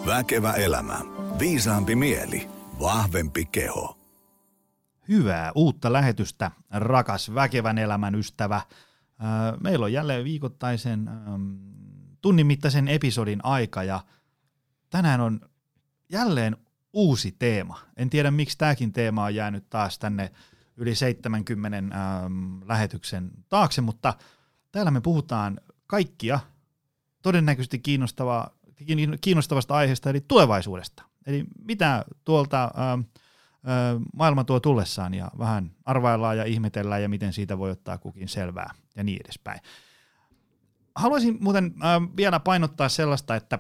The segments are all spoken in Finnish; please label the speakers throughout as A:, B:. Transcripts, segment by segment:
A: Väkevä elämä. Viisaampi mieli. Vahvempi keho.
B: Hyvää uutta lähetystä, rakas väkevän elämän ystävä. Meillä on jälleen viikoittaisen tunnin mittaisen episodin aika ja tänään on jälleen uusi teema. En tiedä, miksi tämäkin teema on jäänyt taas tänne yli 70 lähetyksen taakse, mutta täällä me puhutaan kaikkia todennäköisesti kiinnostavasta aiheesta, eli tulevaisuudesta. Eli mitä tuolta maailma tuo tullessaan ja vähän arvaillaan ja ihmetellään ja miten siitä voi ottaa kukin selvää ja niin edespäin. Haluaisin muuten vielä painottaa sellaista, että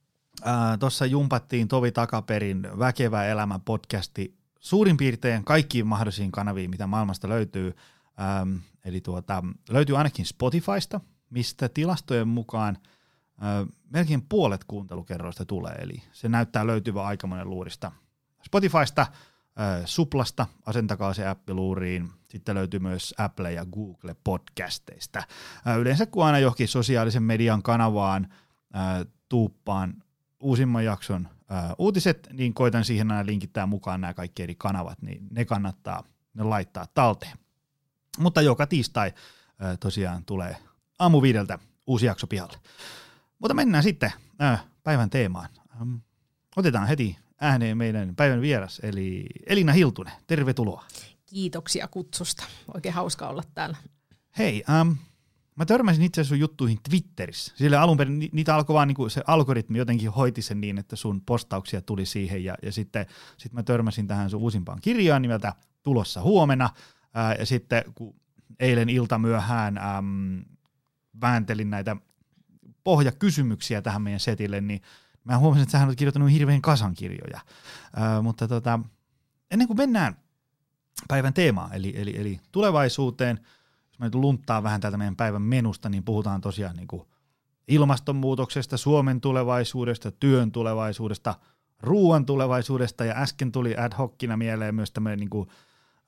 B: tuossa jumpattiin tovi takaperin Väkevä elämä podcasti suurin piirtein kaikkiin mahdollisiin kanaviin, mitä maailmasta löytyy. Eli löytyy ainakin Spotifysta, mistä tilastojen mukaan melkein puolet kuuntelukerroista tulee, eli se näyttää löytyvän aikamoinen luurista. Spotifysta, Suplasta, asentakaa se appi luuriin, sitten löytyy myös Apple ja Google podcasteista. Yleensä kun aina johonkin sosiaalisen median kanavaan tuuppaan uusimman jakson uutiset, niin koitan siihen aina linkittää mukaan nämä kaikki eri kanavat, niin ne kannattaa laittaa talteen. Mutta joka tiistai tosiaan tulee aamu 5 uusi jakso pihalle. Mutta mennään sitten päivän teemaan. Otetaan heti ääneen meidän päivän vieras, eli Elina Hiltunen. Tervetuloa.
C: Kiitoksia kutsusta. Oikein hauska olla täällä.
B: Hei, mä törmäsin itse asiassa sun juttuihin Twitterissä. Sillä alun perin niitä alkoi vaan niinku se algoritmi jotenkin hoiti sen niin, että sun postauksia tuli siihen ja sitten mä törmäsin tähän sun uusimpaan kirjaan nimeltä Tulossa huomenna. Ja sitten kun eilen iltamyöhään vääntelin näitä pohjakysymyksiä tähän meidän setille, niin mä huomasin, että sähän olet kirjoittanut hirveän kasan kirjoja. Mutta ennen kuin mennään päivän teemaan, eli tulevaisuuteen, jos mä nyt lunttaan vähän täältä meidän päivän menusta, niin puhutaan tosiaan niin kuin ilmastonmuutoksesta, Suomen tulevaisuudesta, työn tulevaisuudesta, ruoan tulevaisuudesta, ja äsken tuli ad hocina mieleen myös tämmöinen niin kuin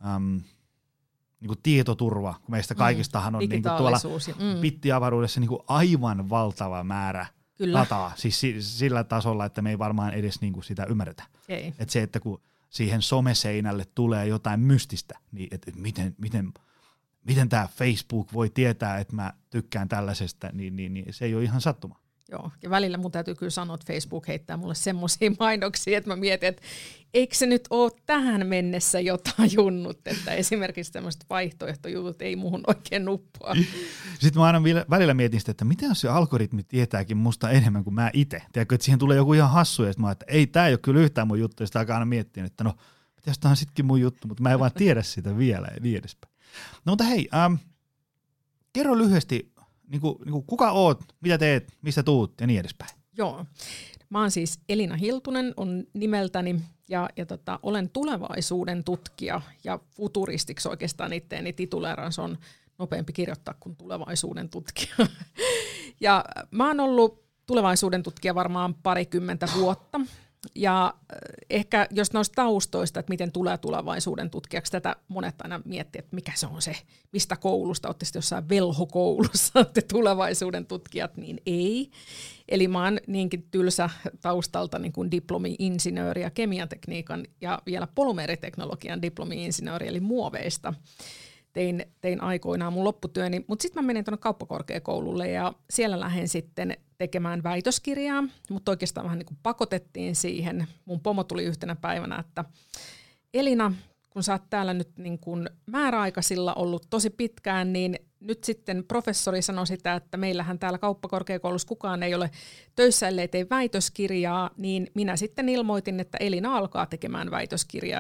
B: tietoturva, kun meistä kaikistahan on niin kuin tuolla bittiavaruudessa niin kuin aivan valtava määrä dataa, siis sillä tasolla, että me ei varmaan edes niin kuin sitä ymmärretä. Että se, että kun siihen someseinälle tulee jotain mystistä, niin että miten tämä Facebook voi tietää, että mä tykkään tällaisesta, niin se ei ole ihan sattuma.
C: Joo, ja välillä mun täytyy kyllä sanoa, että Facebook heittää mulle semmoisia mainoksia, että mä mietin, että eikö se nyt ole tähän mennessä jo tajunnut, että esimerkiksi tämmöiset vaihtoehtojutut ei muuhun oikein nuppua.
B: Sitten mä aina välillä mietin sitä, että miten jos se algoritmi tietääkin musta enemmän kuin mä itse. Tiedätkö, että siihen tulee joku ihan hassu, ja sitten mä että ei, tää ei ole kyllä yhtään mun juttu, ja sitten alkaa aina miettiä, että no, pitäisi tämä on sittenkin mun juttu, mutta mä en vaan tiedä sitä vielä ja niin edespäin. No mutta hei, kerro lyhyesti, niin kuin, kuka oot, mitä teet, mistä tuut ja niin edespäin.
C: Joo, mä oon siis Elina Hiltunen on nimeltäni ja olen tulevaisuuden tutkija ja futuristiksi oikeastaan itteeni tituleerans on nopeampi kirjoittaa kuin tulevaisuuden tutkija. Ja mä oon ollut tulevaisuuden tutkija varmaan 20 vuotta. Ja ehkä jos noista taustoista, että miten tulee tulevaisuuden tutkijaksi, tätä monet aina miettii, että mikä se on se, mistä koulusta, olette sitten jossain velhokoulussa, olette tulevaisuuden tutkijat, niin ei. Eli mä oon niinkin tylsä taustalta niin kuin diplomi-insinööri ja kemiantekniikan ja vielä polymeriteknologian diplomi-insinööri, eli muoveista. Tein aikoinaan mun lopputyöni, mutta sitten mä menin tuonne kauppakorkeakoululle ja siellä lähdin sitten tekemään väitöskirjaa, mutta oikeastaan vähän niin kuin pakotettiin siihen. Mun pomo tuli yhtenä päivänä, että Elina, kun sä oot täällä nyt niin kuin määräaikaisilla ollut tosi pitkään, niin nyt sitten professori sanoi sitä, että meillähän täällä kauppakorkeakoulussa kukaan ei ole töissä, ellei tee väitöskirjaa, niin minä sitten ilmoitin, että Elina alkaa tekemään väitöskirjaa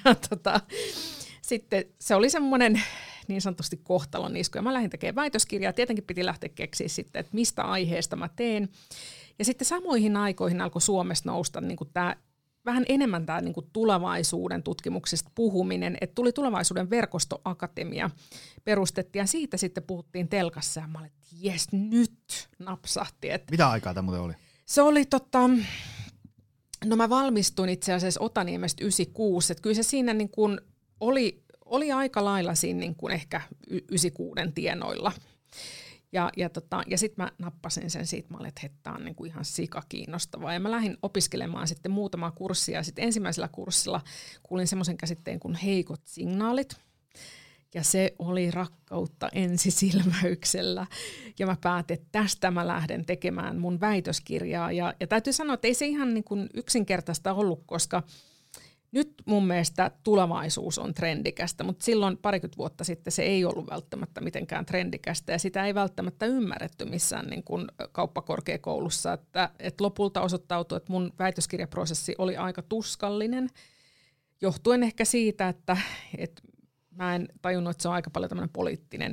C: sitten se oli semmoinen niin sanotusti kohtalon isku, ja mä lähdin tekemään väitöskirjaa. Tietenkin piti lähteä keksiä sitten, että mistä aiheesta mä teen. Ja sitten samoihin aikoihin alkoi Suomessa nousta niin kuin vähän enemmän tämä niin kuin tulevaisuuden tutkimuksesta puhuminen, että tuli tulevaisuuden verkostoakatemia, perustettiin, ja siitä sitten puhuttiin telkassa, ja mä olin, että jes, nyt napsahti. Että
B: mitä aikaa tämä muuten oli?
C: Se oli no mä valmistuin itse asiassa Otaniemestä 96, että kyllä se siinä niin kuin oli aika lailla siinä niin kuin ehkä 96 tienoilla. Ja sitten mä nappasin sen siitä, mä olin, että tämä on niinku ihan sikakiinnostavaa. Ja mä lähdin opiskelemaan sitten muutamaa kurssia. Ja sitten ensimmäisellä kurssilla kuulin semmoisen käsitteen kuin heikot signaalit. Ja se oli rakkautta ensisilmäyksellä. Ja mä päätin, että tästä mä lähden tekemään mun väitöskirjaa. Ja täytyy sanoa, että ei se ihan niin kuin yksinkertaista ollut, koska nyt mun mielestä tulevaisuus on trendikästä, mutta silloin 20 vuotta sitten se ei ollut välttämättä mitenkään trendikästä. Ja sitä ei välttämättä ymmärretty missään niin kuin kauppakorkeakoulussa. Että lopulta osoittautui, että mun väitöskirjaprosessi oli aika tuskallinen, johtuen ehkä siitä, että mä en tajunnut, että se on aika paljon tämmöinen poliittinen,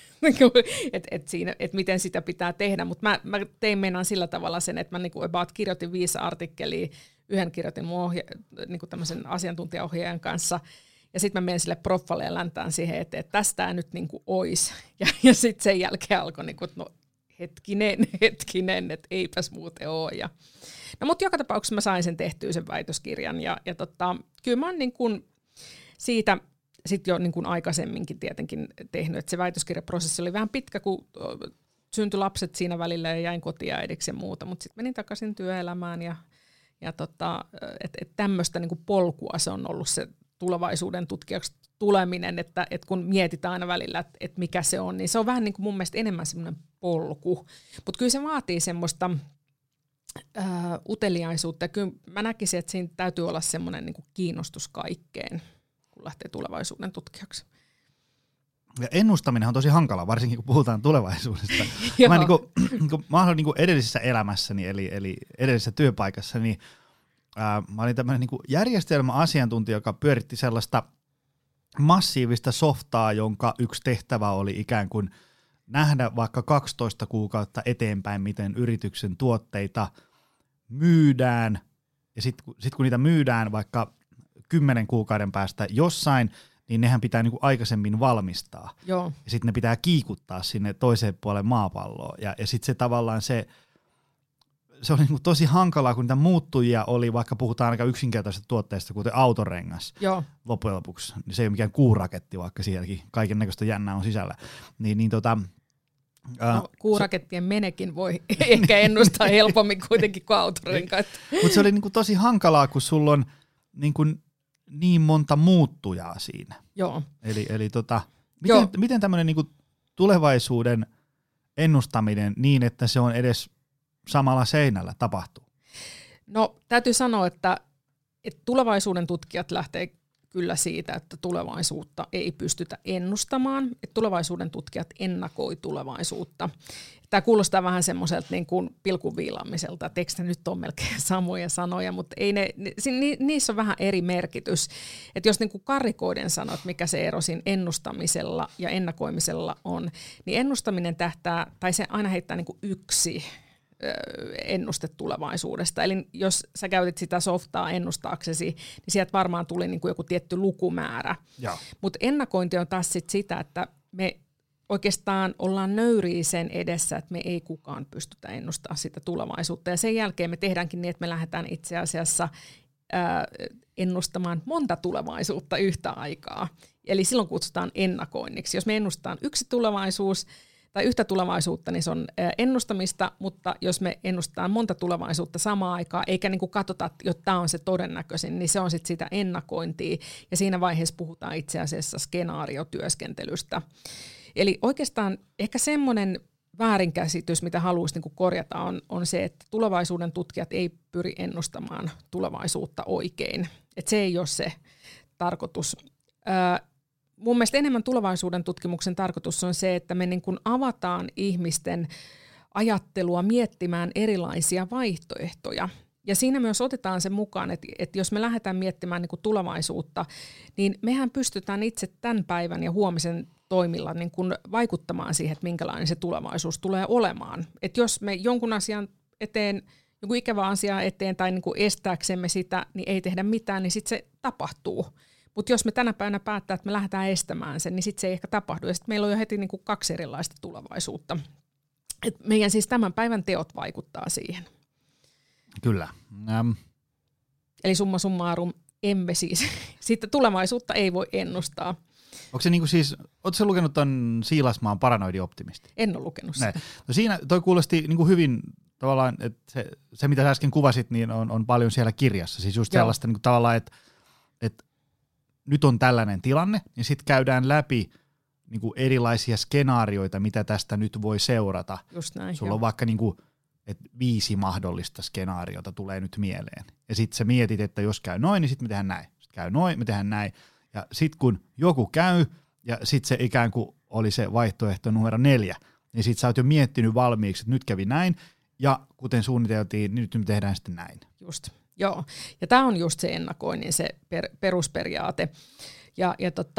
C: että miten sitä pitää tehdä, mutta mä tein meinaan sillä tavalla sen, että mä niinku kirjoitin 5 artikkelia, yhden kirjoitin mun niinku tämmöisen asiantuntijaohjaajan kanssa, ja sitten mä menen sille proffalle ja läntään siihen, että tästä nyt niinku ois, ja sitten sen jälkeen alkoi, niinku, että no hetkinen, että eipäs muuten ole. No mutta joka tapauksessa mä sain sen tehtyä sen väitöskirjan, ja kyllä mä oon niinku siitä sitten jo niin kuin aikaisemminkin tietenkin tehnyt, että se väitöskirjaprosessi oli vähän pitkä, kun syntyi lapset siinä välillä ja jäin kotiäidiksi ja muuta, mutta sitten menin takaisin työelämään ja tämmöistä niin kuin polkua se on ollut se tulevaisuuden tutkijaksi tuleminen, että kun mietitään aina välillä, että mikä se on, niin se on vähän niin kuin mun mielestä enemmän semmoinen polku, mutta kyllä se vaatii semmoista uteliaisuutta ja kyllä mä näkisin, että siinä täytyy olla semmoinen niin kuin kiinnostus kaikkeen, kun lähtee tulevaisuuden tutkijaksi.
B: Ja ennustaminen on tosi hankala, varsinkin kun puhutaan tulevaisuudesta. Mä olin niin edellisessä elämässäni, eli edellisessä työpaikassa, niin mä olin tämmöinen niin järjestelmäasiantuntija, joka pyöritti sellaista massiivista softaa, jonka yksi tehtävä oli ikään kuin nähdä vaikka 12 kuukautta eteenpäin, miten yrityksen tuotteita myydään, ja sitten kun niitä myydään vaikka 10 kuukauden päästä jossain, niin nehän pitää niinku aikaisemmin valmistaa.
C: Joo.
B: Ja sitten ne pitää kiikuttaa sinne toiseen puolen maapalloa. Ja sitten se tavallaan se oli niinku tosi hankalaa, kun niitä muuttujia oli, vaikka puhutaan aika yksinkertaisesta tuotteesta, kuten autorengas.
C: Joo.
B: Loppujen lopuksi. Niin se ei ole mikään kuuraketti, vaikka sielläkin kaiken näköistä jännää on sisällä.
C: Kuurakettien menekin voi ehkä ennustaa helpommin kuitenkin kuin autorenkaat.
B: Mutta se oli niinku tosi hankalaa, kun sulla on niinku niin monta muuttujaa siinä.
C: Joo.
B: Miten tämmöinen niinku tulevaisuuden ennustaminen niin, että se on edes samalla seinällä tapahtuu?
C: No täytyy sanoa, että tulevaisuuden tutkijat lähtee kyllä siitä, että tulevaisuutta ei pystytä ennustamaan, että tulevaisuuden tutkijat ennakoi tulevaisuutta. Tämä kuulostaa vähän semmoiselta niin kuin pilkun viilaamiselta, että eikö ne nyt ole melkein samoja sanoja, mutta ei niissä on vähän eri merkitys. Että jos niin kuin karrikoiden sanot, mikä se ero siinä ennustamisella ja ennakoimisella on, niin ennustaminen tähtää, tai se aina heittää niin kuin yksi ennuste tulevaisuudesta. Eli jos sä käytit sitä softaa ennustaaksesi, niin sieltä varmaan tuli niin kuin joku tietty lukumäärä. Mutta ennakointi on taas sitä, että me oikeastaan ollaan nöyriä sen edessä, että me ei kukaan pystytä ennustamaan sitä tulevaisuutta. Ja sen jälkeen me tehdäänkin niin, että me lähdetään itse asiassa ennustamaan monta tulevaisuutta yhtä aikaa. Eli silloin kutsutaan ennakoinniksi. Jos me ennustetaan yksi tulevaisuus, tai yhtä tulevaisuutta, niin se on ennustamista, mutta jos me ennustetaan monta tulevaisuutta samaan aikaan, eikä niin kuin katsota, että tämä on se todennäköisin, niin se on sitten sitä ennakointia, ja siinä vaiheessa puhutaan itse asiassa skenaariotyöskentelystä. Eli oikeastaan ehkä semmoinen väärinkäsitys, mitä haluaisi niin kuin korjata, on se, että tulevaisuuden tutkijat ei pyri ennustamaan tulevaisuutta oikein. Että se ei ole se tarkoitus. Mun mielestä enemmän tulevaisuuden tutkimuksen tarkoitus on se, että me niin kuin avataan ihmisten ajattelua miettimään erilaisia vaihtoehtoja. Ja siinä myös otetaan se mukaan, että jos me lähdetään miettimään niin kuin tulevaisuutta, niin mehän pystytään itse tämän päivän ja huomisen toimilla niin kuin vaikuttamaan siihen, että minkälainen se tulevaisuus tulee olemaan. Että jos me jonkun asian eteen, joku ikävä asia eteen tai niin kuin estääksemme sitä, niin ei tehdä mitään, niin sitten se tapahtuu. Mutta jos me tänä päivänä päättää, että me lähdetään estämään sen, niin sitten se ei ehkä tapahdu. Ja sitten meillä on jo heti niin kuin 2 erilaista tulevaisuutta. Et meidän siis tämän päivän teot vaikuttaa siihen.
B: Kyllä.
C: Eli summa summarum, emme siis. Sitten tulevaisuutta ei voi ennustaa.
B: Onko se niinku siis, ootko sä lukenut ton Siilasmaan Paranoidi-optimisti?
C: En ole lukenut sitä.
B: No siinä toi kuulosti niinku hyvin tavallaan, että se mitä sä äsken kuvasit, niin on paljon siellä kirjassa. Siis just sellaista niinku tavallaan, että nyt on tällainen tilanne, niin sitten käydään läpi niinku erilaisia skenaarioita, mitä tästä nyt voi seurata.
C: Just näin,
B: Sulla on vaikka niinku, 5 mahdollista skenaariota tulee nyt mieleen. Ja sitten sä mietit, että jos käy noin, niin sitten me tehdään näin. Sitten käy noin, me tehdään näin. Ja sitten kun joku käy, ja sitten se ikään kuin oli se vaihtoehto numero 4, niin sitten sä oot jo miettinyt valmiiksi, että nyt kävi näin, ja kuten suunniteltiin, niin nyt me tehdään sitten näin.
C: Just, joo. Ja tämä on just se ennakoinnin se perusperiaate. Ja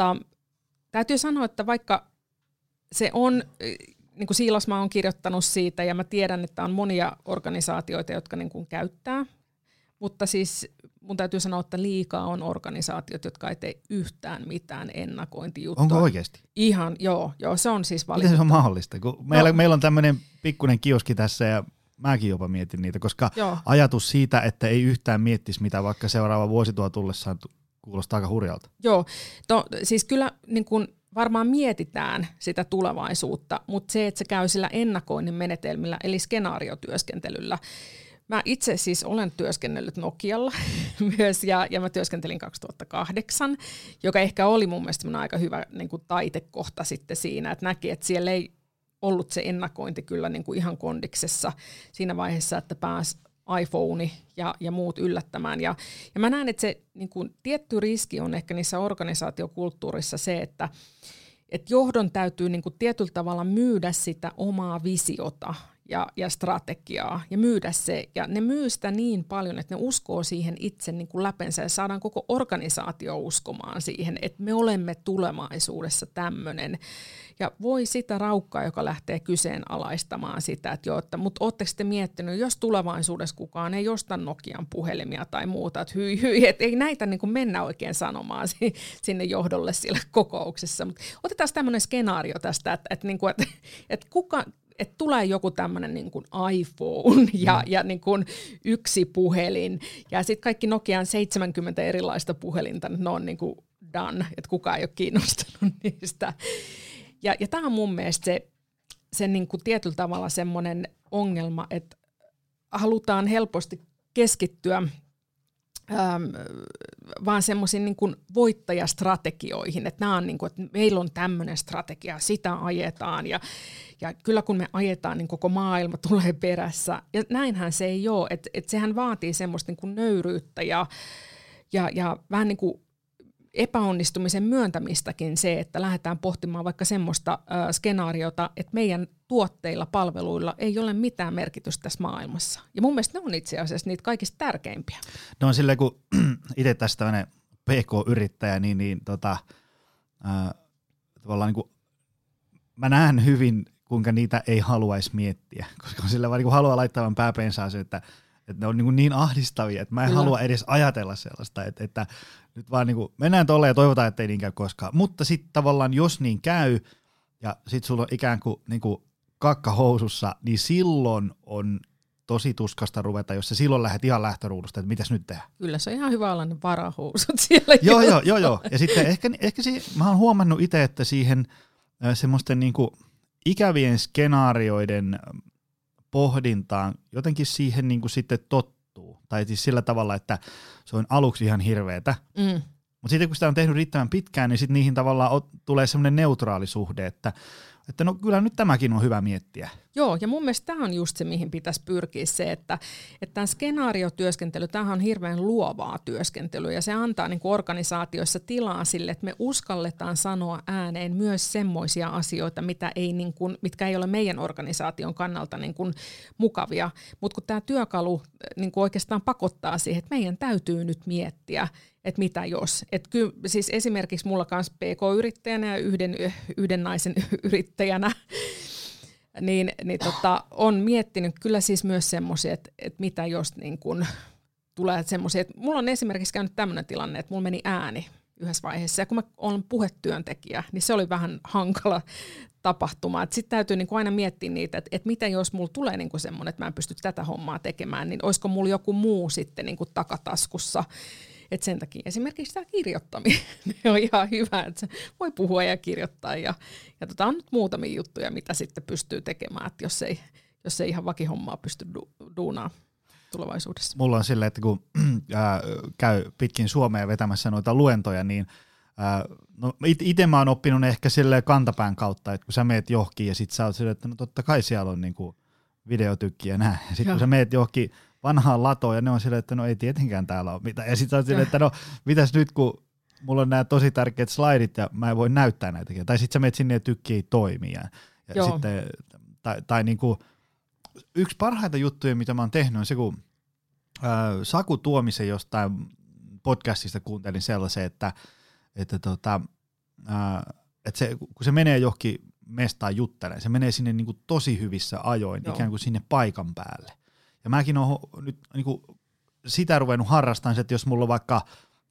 C: täytyy sanoa, että vaikka se on, niin kuin Siilasmaa on kirjoittanut siitä, ja mä tiedän, että on monia organisaatioita, jotka niin kuin käyttää, mutta siis mun täytyy sanoa, että liikaa on organisaatiot, jotka ei tee yhtään mitään ennakointijuttua.
B: Onko oikeasti?
C: Ihan, joo, se on siis valitettavaa.
B: Miten se on mahdollista? Kun meillä on tämmöinen pikkuinen kioski tässä, ja mäkin jopa mietin niitä, koska ajatus siitä, että ei yhtään miettisi, mitä vaikka seuraava vuosi tuo tullessaan, kuulostaa aika hurjalta. Joo,
C: siis kyllä niin kun varmaan mietitään sitä tulevaisuutta, mutta se, että se käy sillä ennakoinnin menetelmillä, eli skenaariotyöskentelyllä. Mä itse siis olen työskennellyt Nokialla myös, ja mä työskentelin 2008, joka ehkä oli mun mielestä aika hyvä niin kuin taitekohta sitten siinä, että näki, että siellä ei ollut se ennakointi kyllä niin kuin ihan kondiksessa siinä vaiheessa, että pääsi iPhone ja muut yllättämään. Ja mä näen, että se niin kuin tietty riski on ehkä niissä organisaatiokulttuurissa se, että johdon täytyy niin kuin tietyllä tavalla myydä sitä omaa visiota ja strategiaa ja myydä se. Ja ne myy sitä niin paljon, että ne uskoo siihen itse niin kuin läpensä ja saadaan koko organisaatio uskomaan siihen, että me olemme tulevaisuudessa tämmöinen. Ja voi sitä raukkaa, joka lähtee kyseenalaistamaan sitä, että joo, mutta ootteko te miettinyt, jos tulevaisuudessa kukaan ei osta Nokian puhelimia tai muuta, että hyi, että ei näitä niin kuin mennä oikein sanomaan sinne johdolle siellä kokouksessa. Mut otetaan tämmöinen skenaario tästä, että kuka... Että tulee joku tämmöinen niin kuin iPhone ja niin kuin yksi puhelin ja sitten kaikki Nokian 70 erilaista puhelinta, ne on niin kuin done, että kukaan ei ole kiinnostunut niistä. Ja tämä on mun mielestä se niin kuin tietyllä tavalla semmoinen ongelma, että halutaan helposti keskittyä vaan semmoisiin niin kuin voittajastrategioihin, että nämä on niin kuin, että meillä on tämmöinen strategia, sitä ajetaan ja kyllä kun me ajetaan, niin koko maailma tulee perässä. Ja näinhän se ei ole, että sehän vaatii semmoista niin kuin nöyryyttä ja vähän niin kuin epäonnistumisen myöntämistäkin se, että lähdetään pohtimaan vaikka semmoista skenaariota, että meidän tuotteilla, palveluilla ei ole mitään merkitystä tässä maailmassa. Ja mun mielestä ne on itse asiassa niitä kaikista tärkeimpiä.
B: No on silleen, kun itse tässä tämmöinen PK-yrittäjä, niin tavallaan niin kuin, mä näen hyvin, kuinka niitä ei haluaisi miettiä, koska sillä vaan niin haluaa laittaa vaan pääpensaan se, että ne on niin ahdistavia, että mä en halua edes ajatella sellaista, että nyt vaan niin kuin mennään tolleen ja toivotaan, että ei niin käy koskaan. Mutta sitten tavallaan jos niin käy ja sitten sulla on ikään kuin kakka housussa, niin silloin on tosi tuskasta ruveta, jos sä silloin lähdet ihan lähtöruudusta, että mitäs nyt tehdään.
C: Kyllä se on ihan hyvä olla ne varahousut siellä.
B: Joo. Ja sitten ehkä mä oon huomannut itse, että siihen semmoisten niin kuin ikävien skenaarioiden pohdintaan jotenkin siihen niin kuin sitten tottuu. Tai siis sillä tavalla, että se on aluksi ihan hirveetä. Mutta sitten kun sitä on tehnyt riittävän pitkään, niin sitten niihin tavallaan tulee semmoinen neutraali suhde, että no kyllä nyt tämäkin on hyvä miettiä.
C: Joo, ja mun mielestä tämä on just se, mihin pitäisi pyrkiä se, että tämä skenaariotyöskentely, tämähän on hirveän luovaa työskentelyä, ja se antaa niin kuin organisaatioissa tilaa sille, että me uskalletaan sanoa ääneen myös semmoisia asioita, mitkä ei ole meidän organisaation kannalta niin kuin mukavia, mutta kun tämä työkalu niin kuin oikeastaan pakottaa siihen, että meidän täytyy nyt miettiä, että mitä jos. Että kyllä, siis esimerkiksi mulla kanssa PK-yrittäjänä ja yhden naisen yrittäjänä, niin on miettinyt kyllä siis myös semmoisia, että mitä jos niin kun tulee semmoisia, että mulla on esimerkiksi käynyt tämmöinen tilanne, että mulla meni ääni yhdessä vaiheessa, ja kun mä olen puhetyöntekijä, niin se oli vähän hankala tapahtuma. Sitten täytyy niin kuin aina miettiä niitä, että mitä jos mulla tulee niin kuin semmoinen, että mä en pysty tätä hommaa tekemään, niin olisiko mulla joku muu sitten niin kuin takataskussa. Et sen takia esimerkiksi tämä kirjoittaminen on ihan hyvä, että se voi puhua ja kirjoittaa. Ja on nyt muutamia juttuja, mitä sitten pystyy tekemään, että jos ei ihan vakihommaa pysty duunaan tulevaisuudessa.
B: Mulla on silleen, että kun käy pitkin Suomea vetämässä noita luentoja, niin no itse mä oon oppinut ehkä silleen kantapään kautta, että kun sä meet johonkin ja sit sä oot silleen, että no totta kai siellä on niinku videotykki ja näin. Ja sit kun sä meet johonkin vanhaan latoon ja ne on silleen, että no ei tietenkään täällä ole mitään. Ja sit sä oot silleen, että no mitäs nyt kun mulla on nämä tosi tärkeät slaidit ja mä en voi näyttää näitäkin. Tai sit sä meet sinne ja tykki ei toimi. Ja sitten, tai niinku, yksi parhaita juttuja, mitä mä oon tehnyt on se, kun Saku Tuomisen jostain podcastista kuuntelin sellaisen, että se, kun se menee johonkin mestaan juttelemaan, se menee sinne niin kuin tosi hyvissä ajoin, ikään kuin sinne paikan päälle. Ja mäkin olen nyt niin kuin sitä ruvennut harrastamaan, että jos mulla on vaikka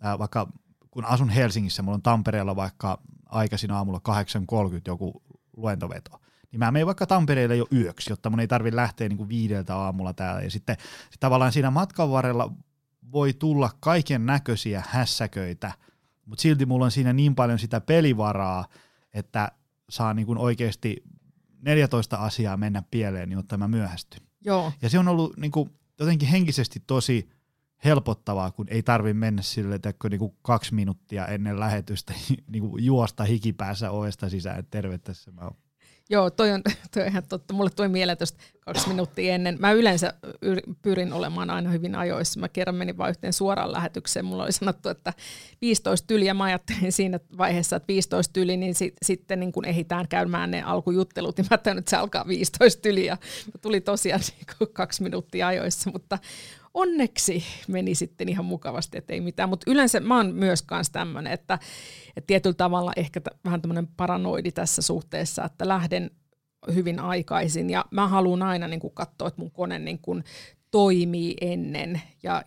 B: kun asun Helsingissä, mulla on Tampereella vaikka aikaisin aamulla 8.30 joku luentoveto, niin mä menen vaikka Tampereelle jo yöksi, jotta mun ei tarvitse lähteä niin kuin 5 aamulla täällä. Ja sitten tavallaan siinä matkan varrella voi tulla kaiken näköisiä hässäköitä, mutta silti mulla on siinä niin paljon sitä pelivaraa, että saa niin kuin oikeasti 14 asiaa mennä pieleen, niin jotta mä myöhästyn.
C: Joo.
B: Ja se on ollut niin kuin jotenkin henkisesti tosi helpottavaa, kun ei tarvitse mennä sille, että niin kuin 2 minuuttia ennen lähetystä niin kuin juosta hikipäässä ovesta sisään, että terve tässä mä oon.
C: Joo, toi on ihan totta. Mulle tuli mieleen tuosta 2 minuuttia ennen. Mä yleensä pyrin olemaan aina hyvin ajoissa. Mä kerran menin vain yhteen suoraan lähetykseen. Mulla oli sanottu, että 15 yli, ja mä ajattelin siinä vaiheessa, että 15 yli, niin sitten niin kun ehditään käymään ne alkujuttelut, niin mä ajattelin, että se alkaa 15 yli, ja tuli tosiaan 2 minuuttia ajoissa, mutta onneksi meni sitten ihan mukavasti, että ei mitään. Mutta yleensä mä oon myös kanssa tämmöinen, että tietyllä tavalla ehkä vähän tämmöinen paranoidi tässä suhteessa, että lähden hyvin aikaisin ja mä haluan aina niin kuin katsoa, että mun kone niin kuin toimii ennen ja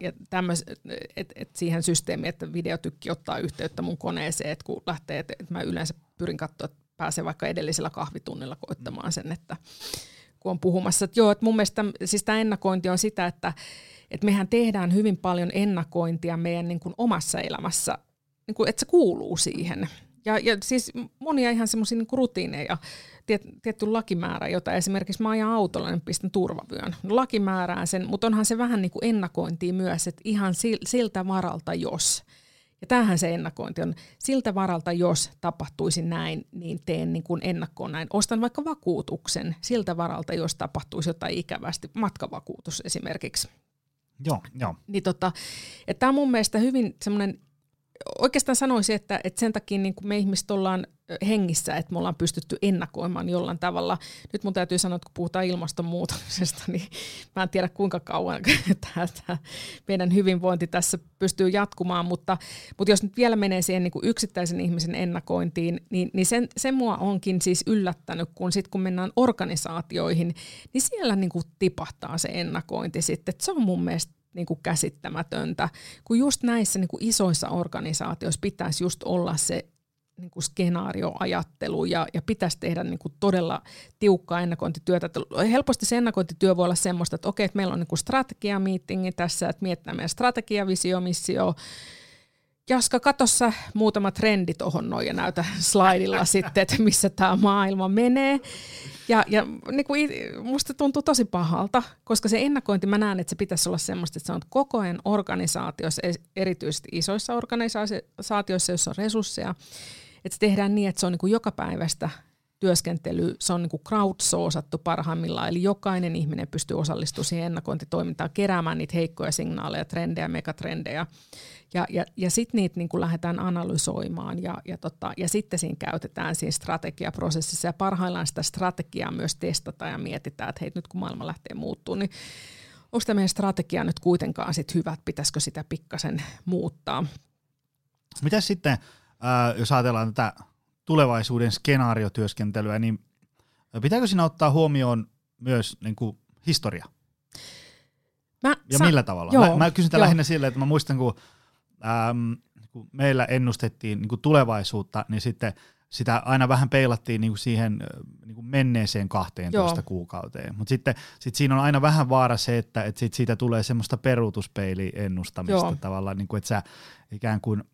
C: että siihen systeemiin, että videotykki ottaa yhteyttä mun koneeseen, että kun lähtee, että mä yleensä pyrin katsoa, että pääsee vaikka edellisellä kahvitunnilla koittamaan sen, että kun on puhumassa. Että joo, että mun mielestä siis tämä ennakointi on sitä, että mehän tehdään hyvin paljon ennakointia meidän niin kuin omassa elämässä, niin kuin, että se kuuluu siihen. Ja siis monia ihan semmoisia niin kuin rutiineja, tietty lakimäärä, jota esimerkiksi mä ajan autolla, niin pistän turvavyön. Laki määrää sen, mutta onhan se vähän niin kuin ennakointia myös, että ihan siltä varalta jos. Ja tämähän se ennakointi on. Siltä varalta jos tapahtuisi näin, niin teen niin kuin ennakkoon näin. Ostan vaikka vakuutuksen siltä varalta, jos tapahtuisi jotain ikävästi, matkavakuutus esimerkiksi.
B: Joo.
C: Niin tämä on mun mielestä hyvin semmoinen, oikeastaan sanoisin, että sen takia niin kuin me ihmiset ollaan hengissä, että me ollaan pystytty ennakoimaan jollain tavalla. Nyt mun täytyy sanoa, että kun puhutaan ilmastonmuutoksesta, niin mä en tiedä kuinka kauan tämä meidän hyvinvointi tässä pystyy jatkumaan, mutta jos nyt vielä menee siihen niin kuin yksittäisen ihmisen ennakointiin, niin se mua onkin siis yllättänyt, kun mennään organisaatioihin, niin siellä niin kuin tipahtaa se ennakointi sitten, että se on mun mielestä niin kuin käsittämätöntä, kun just näissä niin kuin isoissa organisaatioissa pitäisi just olla se niin kuin skenaarioajattelu ja pitäisi tehdä niin kuin todella tiukkaa ennakointityötä. Helposti se ennakointityö voi olla semmoista, että okei, että meillä on niin kuin strategiamiitingi tässä, että mietitään meidän strategia, visio, missio. Jaska, katsossa muutama trendi tuohon noin ja näytä slaidilla sitten, että missä tämä maailma menee. Ja niin kuin musta tuntuu tosi pahalta, koska se ennakointi, mä näen, että se pitäisi olla semmoista, että se on koko ajan organisaatioissa, erityisesti isoissa organisaatioissa, joissa on resursseja, että se tehdään niin, että se on niin kuin jokapäiväistä työskentelyä, se on niin kuin crowdsourcattu parhaimmillaan, eli jokainen ihminen pystyy osallistumaan siihen ennakointitoimintaan, keräämään niitä heikkoja signaaleja, trendejä, megatrendejä, ja sitten niitä niin kuin lähdetään analysoimaan, ja sitten siinä käytetään siinä strategiaprosessissa, ja parhaillaan sitä strategiaa myös testataan ja mietitään, että hei, nyt kun maailma lähtee muuttumaan, niin onko tämä meidän strategia nyt kuitenkaan sit hyvä, että pitäisikö sitä pikkasen muuttaa?
B: Mitäs sitten, jos ajatellaan tätä tulevaisuuden skenaariotyöskentelyä, niin pitääkö siinä ottaa huomioon myös niin kuin historia? Millä tavalla? Mä kysyn lähinnä silleen, että mä muistan, kun meillä ennustettiin niin kuin tulevaisuutta, niin sitten sitä aina vähän peilattiin niinku siihen niinku menneeseen 12 kuukauteen. Mutta sitten siinä on aina vähän vaara se, että siitä tulee semmoista peruutuspeiliennustamista tavallaan, niinku, että sä ikään kuin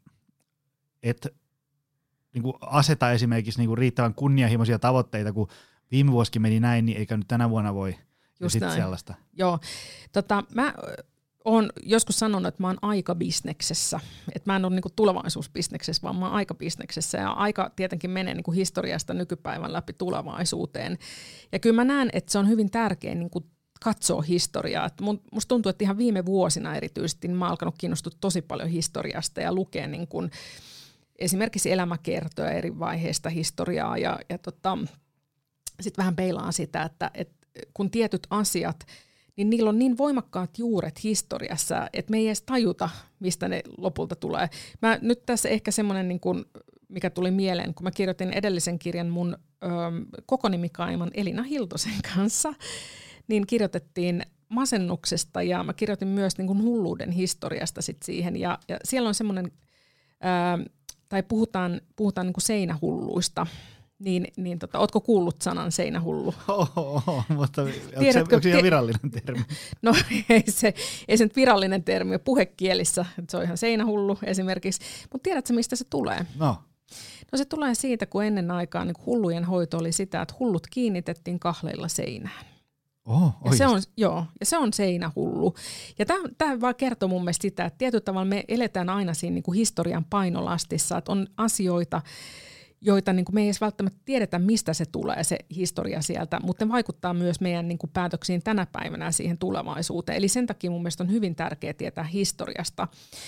B: niinku aseta esimerkiksi niinku riittävän kunnianhimoisia tavoitteita, kun viime vuosikin meni näin, niin eikä nyt tänä vuonna voi.
C: Just näin.
B: Sellaista.
C: Joo. Mä oon joskus sanonut, että mä oon aikabisneksessä. Että mä en ole niinku tulevaisuusbisneksessä, vaan mä oon aikabisneksessä. Ja aika tietenkin menee niinku historiasta nykypäivän läpi tulevaisuuteen. Ja kyllä mä näen, että se on hyvin tärkeä niinku katsoa historiaa. Musta tuntuu, että ihan viime vuosina erityisesti niin mä oon alkanut kiinnostua tosi paljon historiasta ja lukea niinku esimerkiksi elämäkertoja eri vaiheista historiaa. Ja sitten vähän peilaan sitä, että kun tietyt asiat, niin niillä on niin voimakkaat juuret historiassa, että me ei edes tajuta, mistä ne lopulta tulee. Nyt tässä ehkä semmoinen, niin kuin, mikä tuli mieleen, kun mä kirjoitin edellisen kirjan mun kokonimikaiman Elina Hiltosen kanssa, niin kirjoitettiin masennuksesta ja mä kirjoitin myös niin kuin hulluuden historiasta sit siihen. Ja siellä on semmoinen, tai puhutaan niin kuin seinähulluista. Ootko kuullut sanan seinähullu?
B: Mutta onko se ihan virallinen termi?
C: No ei se nyt virallinen termi, puhekielissä, se on ihan seinähullu esimerkiksi. Mutta tiedätkö, mistä se tulee? No se tulee siitä, kun ennen aikaa niin hullujen hoito oli sitä, että hullut kiinnitettiin kahleilla seinään. Ja se on seinähullu. Ja tämä vaan kertoo mun mielestä sitä, että tietyllä tavalla me eletään aina siinä niin kuin historian painolastissa, että on asioita, joita niin kuin me ei edes välttämättä tiedetä, mistä se tulee, se historia sieltä, mutta ne vaikuttaa myös meidän niin kuin päätöksiin tänä päivänä siihen tulevaisuuteen. Eli sen takia mun mielestä on hyvin tärkeää tietää historiasta.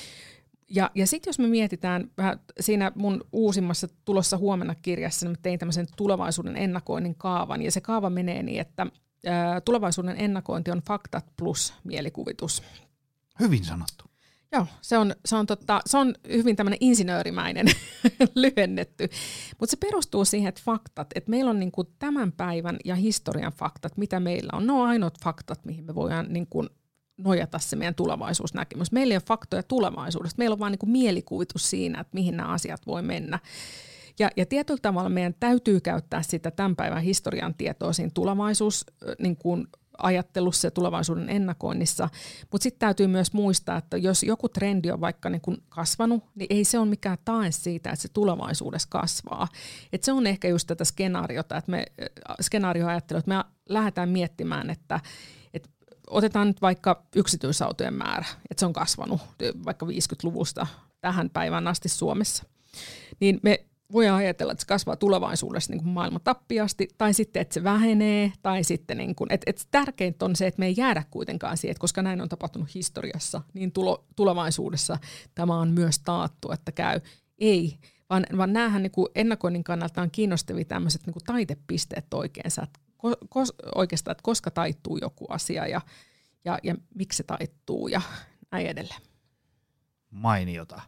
C: Ja sitten jos me mietitään, siinä mun uusimmassa tulossa huomenna kirjassa, mä tein tämmöisen tulevaisuuden ennakoinnin kaavan, ja se kaava menee niin, että tulevaisuuden ennakointi on faktat plus mielikuvitus.
B: Hyvin sanottu.
C: Joo, se on hyvin tämmöinen insinöörimäinen lyhennetty, mutta se perustuu siihen, että faktat, että meillä on niinku tämän päivän ja historian faktat, mitä meillä on. Ne on ainoat faktat, mihin me voidaan niinku nojata se meidän tulevaisuusnäkemys. Meillä ei ole faktoja tulevaisuudesta, meillä on vaan niinku mielikuvitus siinä, että mihin nämä asiat voi mennä. Ja tietyllä tavalla meidän täytyy käyttää sitä tämän päivän historian tietoa siinä ajattelussa ja tulevaisuuden ennakoinnissa, mutta sitten täytyy myös muistaa, että jos joku trendi on vaikka niin kun kasvanut, niin ei se ole mikään tae siitä, että se tulevaisuudessa kasvaa. Et se on ehkä just tätä skenaariota, että skenaarioajattelua, että me lähdetään miettimään, että otetaan nyt vaikka yksityisautojen määrä, että se on kasvanut vaikka 50-luvusta tähän päivään asti Suomessa, niin me voidaan ajatella, että se kasvaa tulevaisuudessa niin kuin maailman tappiasti, tai sitten, että se vähenee, tai sitten, niin kuin, että tärkeintä on se, että me ei jäädä kuitenkaan siihen, koska näin on tapahtunut historiassa, niin tulevaisuudessa tämä on myös taattu, että käy. Ei, vaan näähän niin kuin ennakoinnin kannalta on kiinnostavia tämmöiset niin kuin taitepisteet oikeastaan, että koska taittuu joku asia ja miksi se taittuu ja näin edelleen.
B: Mainiota.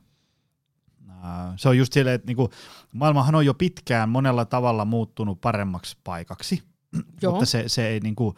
B: Se on just silleen, että niinku, maailmahan on jo pitkään monella tavalla muuttunut paremmaksi paikaksi, mutta se ei, niinku,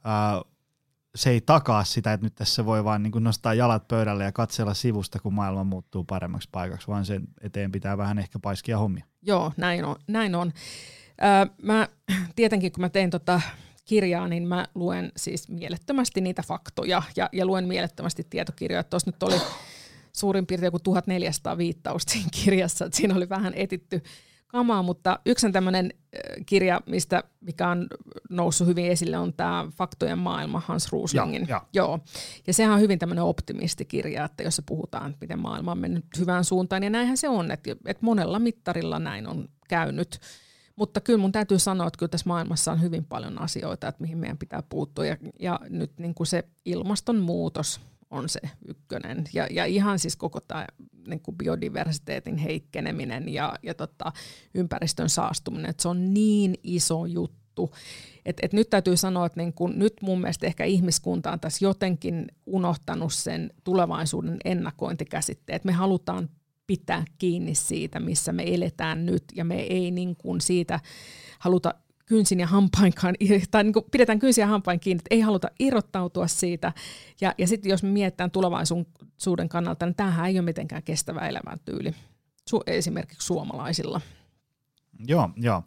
B: se ei takaa sitä, että nyt tässä voi vaan niinku nostaa jalat pöydälle ja katsella sivusta, kun maailma muuttuu paremmaksi paikaksi, vaan sen eteen pitää vähän ehkä paiskia hommia.
C: Joo, näin on. Mä tietenkin, kun mä teen kirjaa, niin mä luen siis mielettömästi niitä faktoja ja luen mielettömästi tietokirjoja. Tuossa nyt oli suurin piirtein joku 1400 viittausta siinä kirjassa, että siinä oli vähän etitty kamaa, mutta yksi tämmöinen kirja, mikä on noussut hyvin esille, on tämä Faktojen maailma, Hans Roslingin. Joo. Ja sehän on hyvin tämmöinen optimistikirja, että jos se puhutaan, että miten maailma on mennyt hyvään suuntaan, ja näinhän se on, että monella mittarilla näin on käynyt. Mutta kyllä mun täytyy sanoa, että kyllä tässä maailmassa on hyvin paljon asioita, että mihin meidän pitää puuttua, ja nyt niin kuin se ilmastonmuutos on se ykkönen. Ja ihan siis koko tämä niin kuin biodiversiteetin heikkeneminen ja ympäristön saastuminen, että se on niin iso juttu. Et nyt täytyy sanoa, että niin kuin, nyt mun mielestä ehkä ihmiskunta on tässä jotenkin unohtanut sen tulevaisuuden ennakointikäsitteen. Me halutaan pitää kiinni siitä, missä me eletään nyt, ja me ei niin kuin siitä haluta kynsin ja hampainkaan, tai niin kuin pidetään kynsin ja hampain kiinni, että ei haluta irrottautua siitä. Ja sitten jos me mietitään tulevaisuuden kannalta, niin tämähän ei ole mitenkään kestävä elämäntyyli, esimerkiksi suomalaisilla.
B: Joo.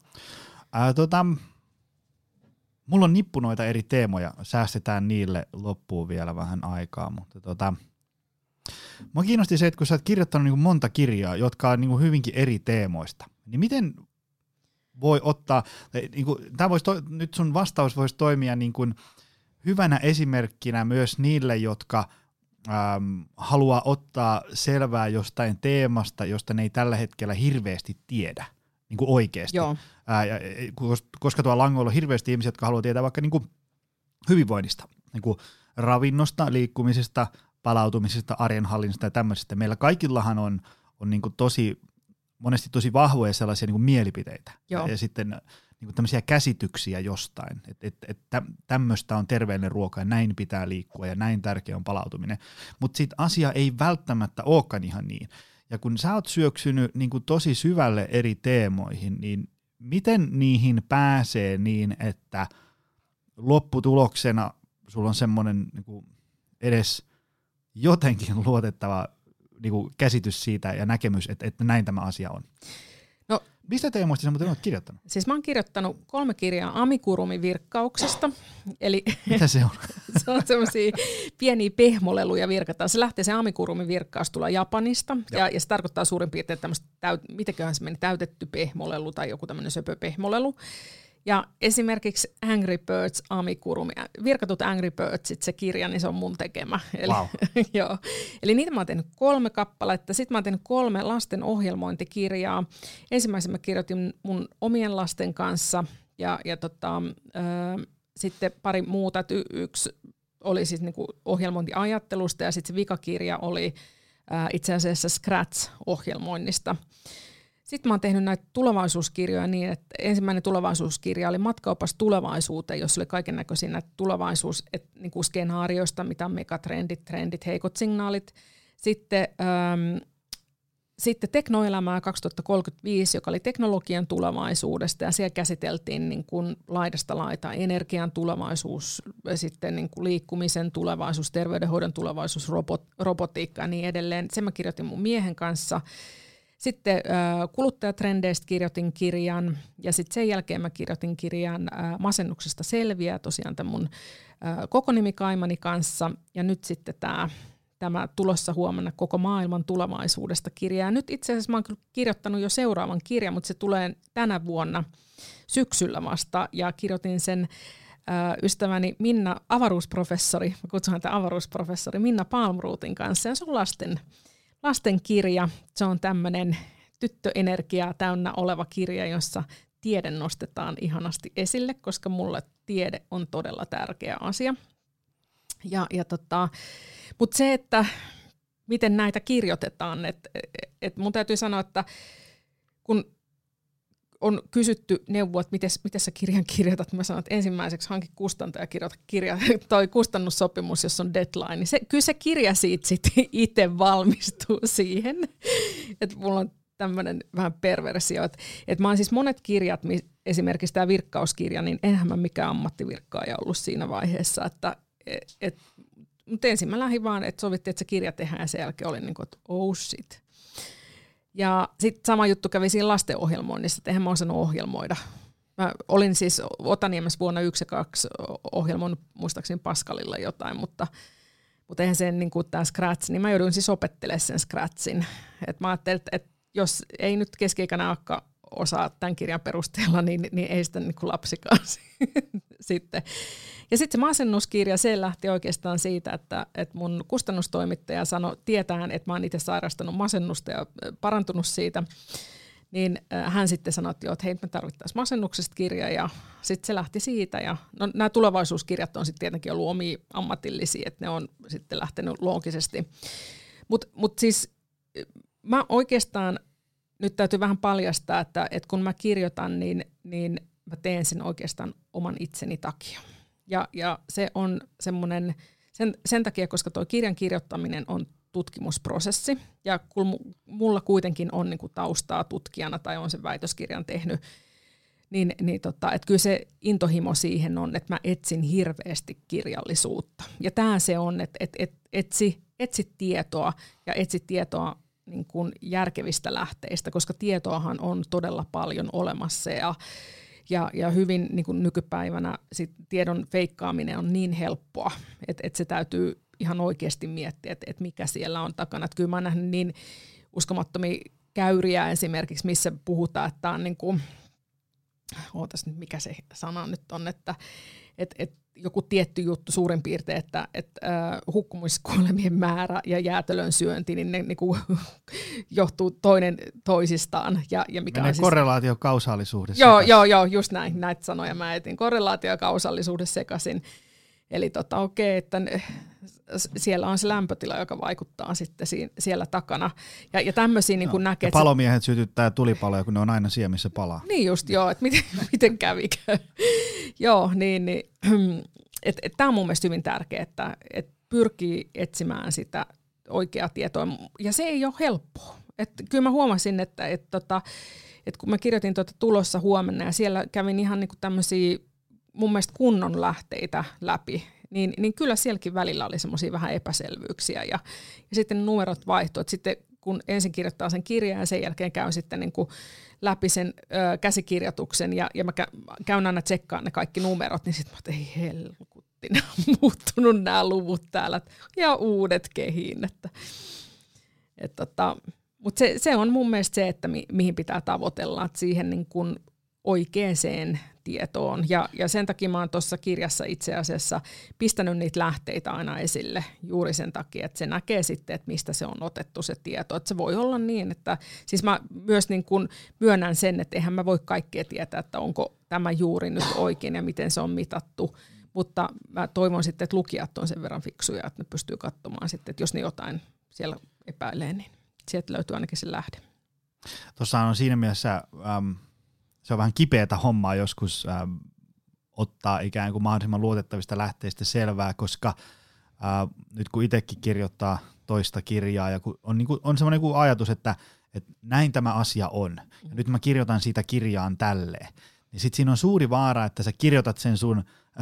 B: Mulla on nippu noita eri teemoja, säästetään niille loppuun vielä vähän aikaa, mutta mua kiinnosti se, että kun sä oot kirjoittanut niin kuin monta kirjaa, jotka on niin kuin hyvinkin eri teemoista, niin miten voi ottaa, niin kuin, nyt sun vastaus voisi toimia niin kuin hyvänä esimerkkinä myös niille, jotka haluaa ottaa selvää jostain teemasta, josta ne ei tällä hetkellä hirveästi tiedä, niin kuin oikeasti.
C: Joo.
B: Koska tuolla langoilla on hirveästi ihmisiä, jotka haluaa tietää vaikka niin kuin hyvinvoinnista, niin kuin ravinnosta, liikkumisesta, palautumisesta, arjen hallinnasta ja tämmöisestä. Meillä kaikillahan on niin kuin monesti tosi vahvoja sellaisia niin kuin mielipiteitä ja sitten niin kuin tämmöisiä käsityksiä jostain, että tämmöistä on terveellinen ruoka ja näin pitää liikkua ja näin tärkeä on palautuminen, mutta sitten asia ei välttämättä olekaan ihan niin. Ja kun sä oot syöksynyt niin kuin tosi syvälle eri teemoihin, niin miten niihin pääsee niin, että lopputuloksena sulla on semmoinen niin kuin edes jotenkin luotettava niin kuin käsitys siitä ja näkemys, että näin tämä asia on?
C: No,
B: mistä teemoista sä muuten olet kirjoittanut?
C: Siis mä oon kirjoittanut 3 kirjaa amigurumivirkkauksesta. Eli
B: mitä se on?
C: Se on semmoisia pieniä pehmoleluja virkataan. Se lähtee se amigurumivirkkaus tulla Japanista ja se tarkoittaa suurin piirtein tämmöistä, mitäköhän se meni, täytetty pehmolelu tai joku tämmöinen söpö pehmolelu. Ja esimerkiksi Angry Birds amigurumi, virkatut Angry Birdsit, se kirja, niin se on mun tekemä. Eli,
B: wow.
C: Joo. Eli niitä mä oon tehnyt 3 kappaletta. Sitten mä oon tehnyt 3 lasten ohjelmointikirjaa. Ensimmäisen mä kirjoitin mun omien lasten kanssa ja sitten pari muuta. Yksi oli siis niinku ohjelmointiajattelusta ja sitten se vikakirja oli itse asiassa Scratch-ohjelmoinnista. Sitten mä oon tehnyt näitä tulevaisuuskirjoja niin, että ensimmäinen tulevaisuuskirja oli Matkaopas tulevaisuuteen, jossa oli kaikennäköisiä näitä tulevaisuusskenaarioista, mitä on megatrendit, trendit, heikot signaalit. Sitten Teknoelämää 2035, joka oli teknologian tulevaisuudesta, ja siellä käsiteltiin niin kuin laidasta laitaan energian tulevaisuus, sitten niin kuin liikkumisen tulevaisuus, terveydenhoidon tulevaisuus, robotiikka ja niin edelleen. Sen mä kirjoitin mun miehen kanssa. Sitten kuluttajatrendeistä kirjoitin kirjan ja sitten sen jälkeen mä kirjoitin kirjan Masennuksesta selviää tosiaan tämän mun kokonimikaimani kanssa ja nyt sitten tämä tulossa huomenna koko maailman tulevaisuudesta kirja. Ja nyt itse asiassa mä oon kyllä kirjoittanut jo seuraavan kirjan, mutta se tulee tänä vuonna syksyllä vasta ja kirjoitin sen ystäväni Minna, avaruusprofessori, mä kutsun häntä avaruusprofessori Minna Palmrootin kanssa ja se on lasten kirja. Se on tämmöinen tyttöenergiaa täynnä oleva kirja, jossa tiede nostetaan ihanasti esille, koska mulle tiede on todella tärkeä asia. Mutta se, että miten näitä kirjoitetaan, että mun täytyy sanoa, että kun on kysytty neuvoa, että miten sä kirjan kirjoitat, mä sanon, että ensimmäiseksi hanki kustantaja ja kirjoita kirja, toi kustannussopimus, jos on deadline, niin kyllä se kirja siitä sitten itse valmistuu siihen. Että mulla on tämmöinen vähän perversio, että mä oon siis monet kirjat, esimerkiksi tämä virkkauskirja, niin enhän mä mikään ammattivirkkaaja ollut siinä vaiheessa, mutta ensin mä lähdin vaan, että sovittiin, että se kirja tehdään ja sen jälkeen oli niin kuin, että oh shit. Ja sitten sama juttu kävi siinä lastenohjelmoinnissa, että eihän mä osannut ohjelmoida. Mä olin siis Otaniemessä vuonna 1 ja 2 ohjelmoinut muistaakseni Pascalilla jotain, mutta eihän sen niin kuin tämä Scratch, niin mä jouduin siis opettelemaan sen Scratchin. Et mä ajattelin, että jos ei nyt keski-ikäinen akka osaa tämän kirjan perusteella, niin ei sitä niin kuin lapsikaan sitten. Ja sitten se masennuskirja, se lähti oikeastaan siitä, että mun kustannustoimittaja sanoi tietäen, että mä oon itse sairastanut masennusta ja parantunut siitä, niin hän sitten sanoi, että hei, me tarvittaisiin masennuksesta kirja ja sitten se lähti siitä. Ja no, nämä tulevaisuuskirjat on sitten tietenkin ollut omia ammatillisia, että ne on sitten lähtenyt loogisesti. Mut siis mä oikeastaan, nyt täytyy vähän paljastaa, että kun mä kirjoitan, niin mä teen sen oikeastaan oman itseni takia. Ja se on semmoinen, sen takia, koska tuo kirjan kirjoittaminen on tutkimusprosessi, ja kun mulla kuitenkin on niin kuin taustaa tutkijana tai on sen väitöskirjan tehnyt, niin että kyllä se intohimo siihen on, että mä etsin hirveästi kirjallisuutta. Ja tämä se on, että etsi tietoa, ja etsi tietoa niin kuin järkevistä lähteistä, koska tietoahan on todella paljon olemassa ja hyvin niin kuin nykypäivänä sit tiedon feikkaaminen on niin helppoa, että se täytyy ihan oikeasti miettiä, että mikä siellä on takana. Että kyllä mä oon nähnyt niin uskomattomia käyriä esimerkiksi, missä puhutaan, että on niin kuin, ootas nyt mikä se sana nyt on, että joku tietty juttu suurin piirtein, että hukkumiskuolemien määrä ja jäätelön syönti, niin ne niin kuin johtuu toinen toisistaan. Ja mikä on siis
B: korrelaatio kausaalisuhde
C: Joo, just näin, näitä sanoja mä etin. Korrelaatio ja kausaalisuhde sekaisin. Eli okei, että siellä on se lämpötila, joka vaikuttaa sitten siellä takana. Ja tämmöisiä niin kuin näkee.
B: Ja palomiehet sytyttää tulipaloja, kun ne on aina siellä, missä palaa.
C: Niin just, joo, että miten kävikö. Joo, niin tämä on mun mielestä hyvin tärkeää, että pyrkii etsimään sitä oikeaa tietoa. Ja se ei ole helppoa. Kyllä mä huomasin, että kun mä kirjoitin tulossa huomenna ja siellä kävin ihan niin kuin tämmöisiä mun mielestä kunnon lähteitä läpi, niin kyllä sielläkin välillä oli semmoisia vähän epäselvyyksiä ja sitten numerot vaihtoivat. Sitten kun ensin kirjoittaa sen kirjan ja sen jälkeen käyn sitten niin kuin läpi sen käsikirjoituksen ja mä käyn aina tsekkaan ne kaikki numerot, niin sitten mä oon, ei helkutti, ne on muuttunut nämä luvut täällä ja uudet kehiin. Mutta se on mun mielestä se, että mihin pitää tavoitella, että siihen niin kuin oikeaan tietoon. Ja sen takia mä oon tuossa kirjassa itse asiassa pistänyt niitä lähteitä aina esille juuri sen takia, että se näkee sitten, että mistä se on otettu se tieto. Että se voi olla niin, että siis mä myös niin kun myönnän sen, että eihän mä voi kaikkea tietää, että onko tämä juuri nyt oikein ja miten se on mitattu. Mutta mä toivon sitten, että lukijat on sen verran fiksuja, että ne pystyy katsomaan sitten, että jos ne jotain siellä epäilee, niin sieltä löytyy ainakin se lähde.
B: Tuossa on siinä mielessä se on vähän kipeätä hommaa joskus ottaa ikään kuin mahdollisimman luotettavista lähteistä selvää, koska nyt kun itsekin kirjoittaa toista kirjaa ja kun on semmoinen ajatus, että näin tämä asia on ja nyt mä kirjoitan siitä kirjaan tälleen, niin sitten siinä on suuri vaara, että sä kirjoitat sen sun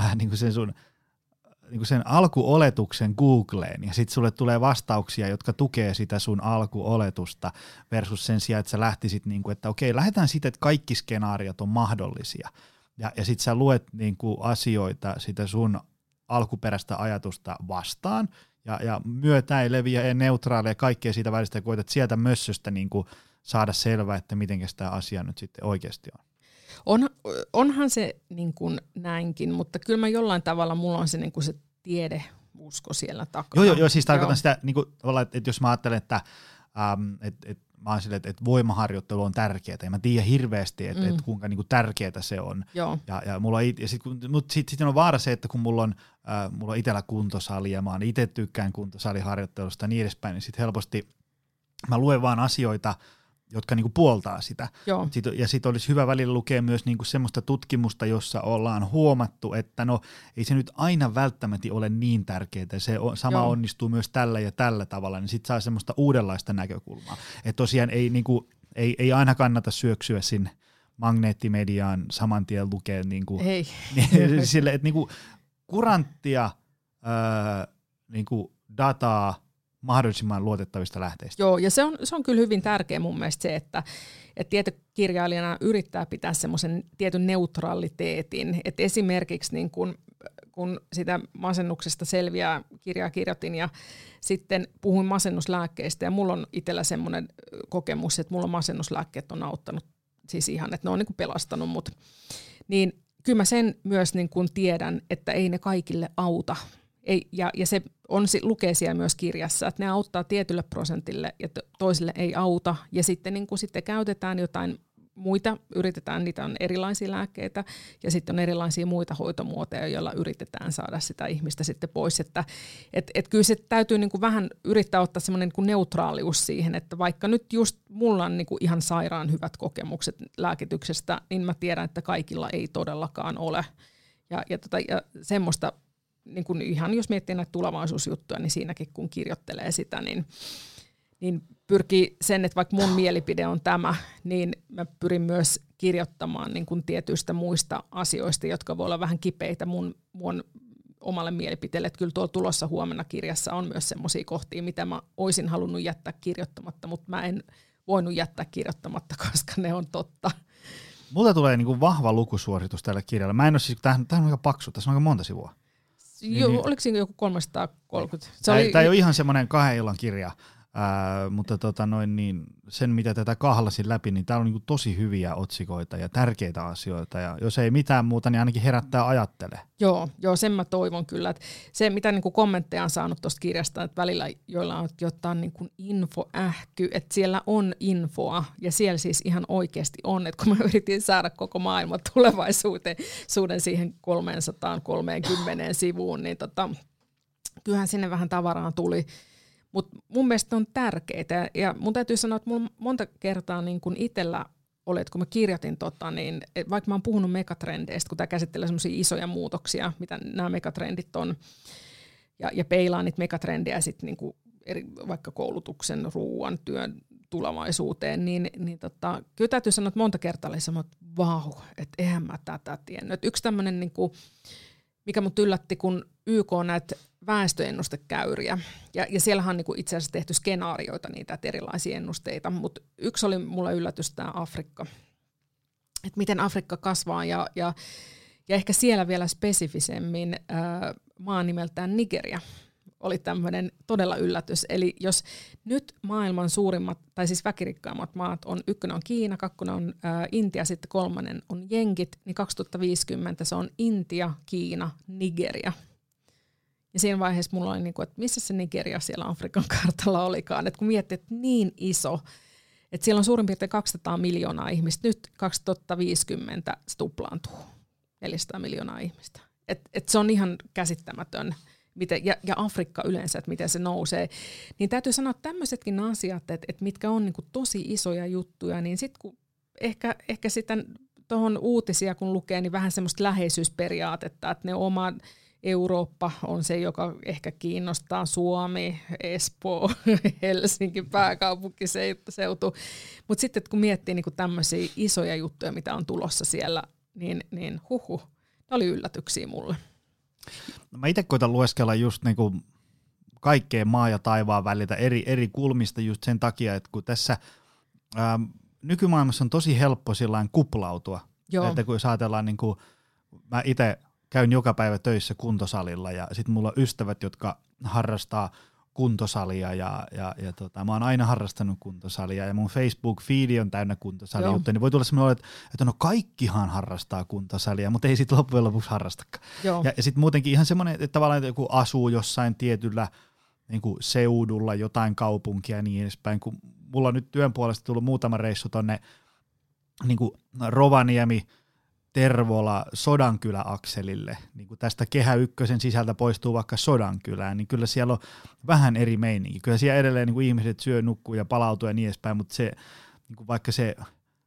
B: sen alkuoletuksen Googleen ja sitten sulle tulee vastauksia, jotka tukee sitä sun alkuoletusta versus sen sijaan, että sä lähtisit että okei, lähdetään siitä, että kaikki skenaariot on mahdollisia ja sitten sä luet asioita sitä sun alkuperäistä ajatusta vastaan ja myötäileviä ja neutraaleja ja kaikkea siitä välistä ja koetat sieltä mössöstä saada selvää, että miten tämä asia nyt sitten oikeasti on.
C: Onhan se niin kuin näinkin, mutta kyllä mä jollain tavalla, mulla on se, niin kuin se tiedeusko siellä takana.
B: Joo, siis tarkoitan sitä, niin kuin, että jos mä ajattelen, että mä oon silleen, että voimaharjoittelu on tärkeää, ja mä tiedän hirveästi, että kuinka niin kuin tärkeää se on. Ja mulla on, mutta sitten on vaara se, että kun mulla on itsellä kuntosali, ja mä oon itse tykkään kuntosaliharjoittelusta ja niin edespäin, niin sitten helposti mä luen vaan asioita, jotka niinku puoltaa sitä. Ja sitten olisi hyvä välillä lukea myös niinku semmoista tutkimusta, jossa ollaan huomattu, että no ei se nyt aina välttämättä ole niin tärkeää. Se sama onnistuu myös tällä ja tällä tavalla, niin sitten saa semmoista uudenlaista näkökulmaa. Että tosiaan ei aina kannata syöksyä sinne magneettimediaan saman tien lukea sille, että kuranttia dataa mahdollisimman luotettavista lähteistä.
C: Joo, ja se on kyllä hyvin tärkeä mun mielestä se, että tietokirjailijana yrittää pitää semmoisen tietyn neutraliteetin, että esimerkiksi niin kun sitä masennuksesta selviää kirjaa kirjoitin ja sitten puhuin masennuslääkkeistä ja mulla on itsellä semmoinen kokemus, että mulla masennuslääkkeet on auttanut siis ihan, että ne on niin kuin pelastanut mut, niin kyllä mä sen myös niin kuin tiedän, että ei ne kaikille auta. Ja se lukee siellä myös kirjassa, että ne auttaa tietylle prosentille ja toisille ei auta. Ja sitten, sitten käytetään jotain muita, yritetään, niitä on erilaisia lääkkeitä ja sitten on erilaisia muita hoitomuotoja, joilla yritetään saada sitä ihmistä sitten pois. Että kyllä se täytyy vähän yrittää ottaa semmoinen neutraalius siihen, että vaikka nyt just mulla on ihan sairaan hyvät kokemukset lääkityksestä, niin mä tiedän, että kaikilla ei todellakaan ole. Ja semmoista niin kun ihan jos miettii näitä tulevaisuusjuttuja, niin siinäkin kun kirjoittelee sitä, niin pyrkii sen, että vaikka mun mielipide on tämä, niin mä pyrin myös kirjoittamaan niin kun tietyistä muista asioista, jotka voi olla vähän kipeitä mun omalle mielipiteelle, että kyllä tuolla tulossa huomenna kirjassa on myös semmoisia kohtia, mitä mä olisin halunnut jättää kirjoittamatta, mutta mä en voinut jättää kirjoittamatta, koska ne on totta.
B: Multa tulee niinku vahva lukusuositus tälle kirjalle. Mä en ole siis, tämähän on aika paksu, tässä on aika monta sivua.
C: Joo, oliko siinä joku 330?
B: Tämä ei ole ihan semmoinen 2 illan kirja, mutta sen mitä tätä kahlasin läpi, niin täällä on niinku tosi hyviä otsikoita ja tärkeitä asioita, ja jos ei mitään muuta, niin ainakin herättää ajattele.
C: Joo, sen mä toivon kyllä, että se mitä niinku kommentteja on saanut tuosta kirjasta, että välillä joilla on jotain niinku infoähky, että siellä on infoa, ja siellä siis ihan oikeasti on, että kun mä yritin saada koko maailman tulevaisuuden siihen 330 sivuun, niin kyllähän sinne vähän tavaraa tuli. Mutta mun mielestä on tärkeää, ja mun täytyy sanoa, että mun monta kertaa niin kun itsellä oli, että kun mä kirjoitin niin vaikka mä oon puhunut megatrendeistä, kun tää käsittelee semmoisia isoja muutoksia, mitä nämä megatrendit on, ja peilaan niitä megatrendejä sitten niin vaikka koulutuksen, ruoan, työn tulevaisuuteen, niin kyllä täytyy sanoa, että monta kertaa oli semmoinen, että vau, että eihän mä tätä tiennyt. Et yksi tämmöinen, niin mikä mut yllätti, kun YK on näitä väestöennustekäyriä, ja siellähän on niin itse asiassa tehty skenaarioita, niitä erilaisia ennusteita, mutta yksi oli mulle yllätys tämä Afrikka, että miten Afrikka kasvaa, ja ehkä siellä vielä spesifisemmin maa nimeltään Nigeria oli tämmöinen todella yllätys. Eli jos nyt maailman suurimmat, tai siis väkirikkaimmat maat on, 1 on Kiina, 2 on Intia, sitten 3 on Jenkit, niin 2050 se on Intia, Kiina, Nigeria. Ja siinä vaiheessa mulla oli, niin kuin, että missä se Nigeria siellä Afrikan kartalla olikaan. Että kun miettii, että niin iso, että siellä on suurin piirtein 200 miljoonaa ihmistä, nyt 2050 se tuplaantuu 400 miljoonaa ihmistä. Et se on ihan käsittämätön. Ja Afrikka yleensä, että miten se nousee, niin täytyy sanoa, että tämmöisetkin asiat, että mitkä on niin kuin tosi isoja juttuja, niin sitten kun ehkä sitten tuohon uutisia kun lukee, niin vähän semmoista läheisyysperiaatetta, että ne oma Eurooppa on se, joka ehkä kiinnostaa, Suomi, Espoo, Helsinki, pääkaupunkiseutu, mutta sitten kun miettii niin kuin tämmöisiä isoja juttuja, mitä on tulossa siellä, niin ne oli yllätyksiä mulle.
B: No mä itse koitan lueskella just niinku kaikkea maa ja taivaan väliltä eri kulmista just sen takia, että kun tässä nykymaailmassa on tosi helppo sillain kuplautua. Joo. Että kun ajatellaan, niinku, mä itse käyn joka päivä töissä kuntosalilla ja sit mulla on ystävät, jotka harrastaa kuntosalia ja mä oon aina harrastanut kuntosalia ja mun Facebook-feedi on täynnä kuntosalijuttuja, niin voi tulla semmoinen, että no kaikkihan harrastaa kuntosalia, mutta ei sit loppujen lopuksi harrastakaan. Ja sit muutenkin ihan semmoinen, että tavallaan että joku asuu jossain tietyllä niin kuin seudulla, jotain kaupunkia ja niin edespäin, kun mulla on nyt työn puolesta tullut muutama reissu tonne niin kuin Rovaniemi, Tervola, Sodankylä-akselille, niin kuin tästä Kehä Ykkösen sisältä poistuu vaikka Sodankylään, niin kyllä siellä on vähän eri meininki. Kyllä siellä edelleen niin kuin ihmiset syö, nukkuu ja palautuu ja niin edespäin, mutta se, niin kuin vaikka se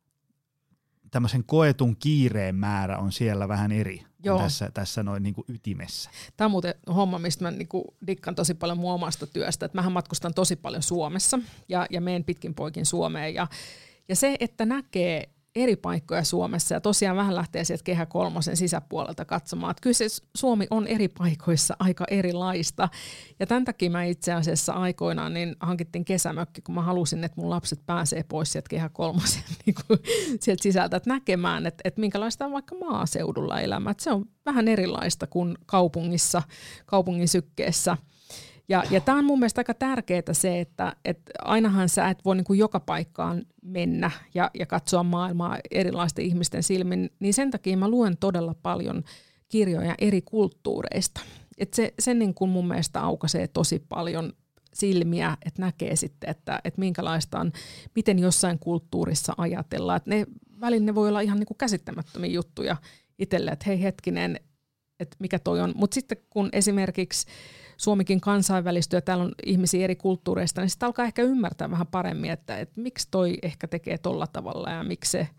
B: tämmöisen koetun kiireen määrä on siellä vähän eri tässä noin niin kuin ytimessä.
C: Tämä on muuten homma, mistä mä niin kuin dikkaan tosi paljon mun omasta työstä, että mähän matkustan tosi paljon Suomessa ja menen pitkin poikin Suomeen ja se, että näkee eri paikkoja Suomessa ja tosiaan vähän lähtee sieltä Kehä Kolmosen sisäpuolelta katsomaan, että kyllä se Suomi on eri paikoissa aika erilaista ja tämän takia mä itse asiassa aikoinaan niin hankittiin kesämökki, kun mä halusin, että mun lapset pääsee pois sieltä Kehä Kolmosen niin sieltä sisältä, että näkemään, että minkälaista on vaikka maaseudulla elämä, että se on vähän erilaista kuin kaupungin sykkeessä. Ja tämä on mun mielestä aika tärkeää se, että ainahan sä et voi niin kuin joka paikkaan mennä ja katsoa maailmaa erilaisten ihmisten silmin, niin sen takia mä luen todella paljon kirjoja eri kulttuureista. Et se niin kuin mun mielestä aukaisee tosi paljon silmiä, että näkee sitten, että minkälaista on, miten jossain kulttuurissa ajatellaan. Että välillä ne voi olla ihan niin kuin käsittämättömiä juttuja itselle, että hei hetkinen, että mikä toi on. Mutta sitten kun esimerkiksi Suomikin kansainvälistyy ja täällä on ihmisiä eri kulttuureista, niin sitten alkaa ehkä ymmärtää vähän paremmin, että miksi toi ehkä tekee tolla tavalla ja miksi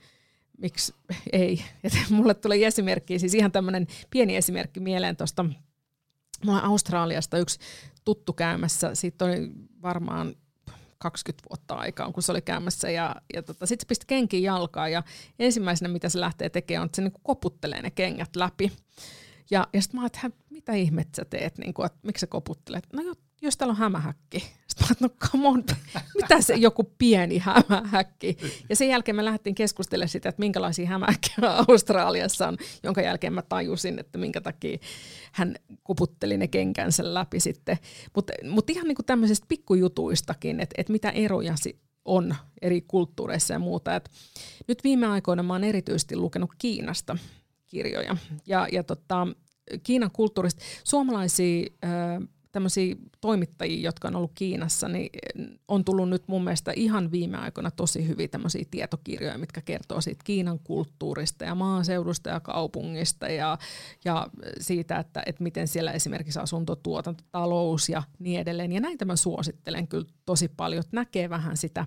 C: ei. Et mulle tulee esimerkki, siis ihan tämmöinen pieni esimerkki mieleen tuosta. Mulla on Australiasta yksi tuttu käymässä, siitä oli varmaan 20 vuotta aikaa, kun se oli käymässä ja sitten se pisti kenkiin jalkaan ja ensimmäisenä mitä se lähtee tekemään on, että se niinku koputtelee ne kengät läpi. Ja sitten mä ajattelin, että mitä ihmettä sä teet, niin kuin, että miksi sä koputtelet? No jos täällä on hämähäkki. Sitten mä no come on, mitä se joku pieni hämähäkki? Ja sen jälkeen me lähdettiin keskustelemaan sitä, että minkälaisia hämähäkkejä Australiassa on, jonka jälkeen mä tajusin, että minkä takia hän koputteli ne kenkänsä läpi sitten. Mutta ihan niin kuin tämmöisistä pikkujutuistakin, että mitä eroja on eri kulttuureissa ja muuta. Et nyt viime aikoina mä oon erityisesti lukenut Kiinasta kirjoja. Ja Kiinan kulttuurista suomalaisia tämmöisiä toimittajia, jotka on ollut Kiinassa, niin on tullut nyt mun mielestä ihan viime aikoina tosi hyviä tämmöisiä tietokirjoja, mitkä kertoo siitä Kiinan kulttuurista ja maaseudusta ja kaupungista ja siitä, että miten siellä esimerkiksi asuntotuotanto, talous ja niin edelleen. Ja näitä mä suosittelen kyllä tosi paljon, että näkee vähän sitä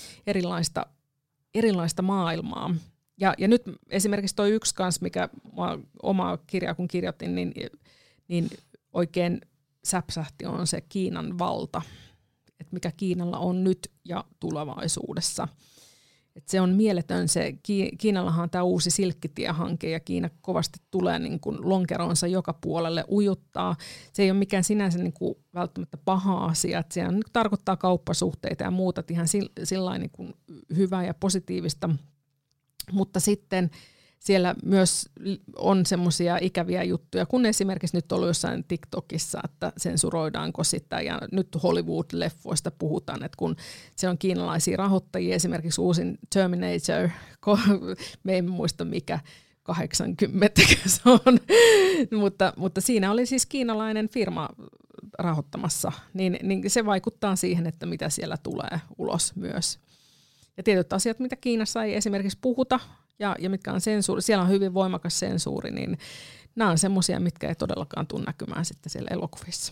C: erilaista maailmaa. Ja nyt esimerkiksi toi yksi kanssa, mikä omaa kirjaa kun kirjoitin, niin oikein säpsähti on se Kiinan valta, että mikä Kiinalla on nyt ja tulevaisuudessa. Et se on mieletön se, Kiinallahan on tämä uusi silkkitiehanke ja Kiina kovasti tulee niin kuin lonkeronsa joka puolelle ujuttaa. Se ei ole mikään sinänsä niin kuin välttämättä paha asia, että se tarkoittaa kauppasuhteita ja muuta, että ihan sillain niin kuin hyvää ja positiivista, mutta sitten siellä myös on semmoisia ikäviä juttuja, kun esimerkiksi nyt on ollut jossain TikTokissa, että sensuroidaanko sitä, ja nyt Hollywood-leffoista puhutaan, että kun se on kiinalaisia rahoittajia, esimerkiksi uusin Terminator, me emme muista mikä, 80 se on, mutta siinä oli siis kiinalainen firma rahoittamassa, niin se vaikuttaa siihen, että mitä siellä tulee ulos myös. Ja tietyt asiat, mitä Kiinassa ei esimerkiksi puhuta, ja mitkä on sensuuri, siellä on hyvin voimakas sensuuri, niin nämä on semmoisia, mitkä ei todellakaan tule näkymään sitten siellä elokuvissa.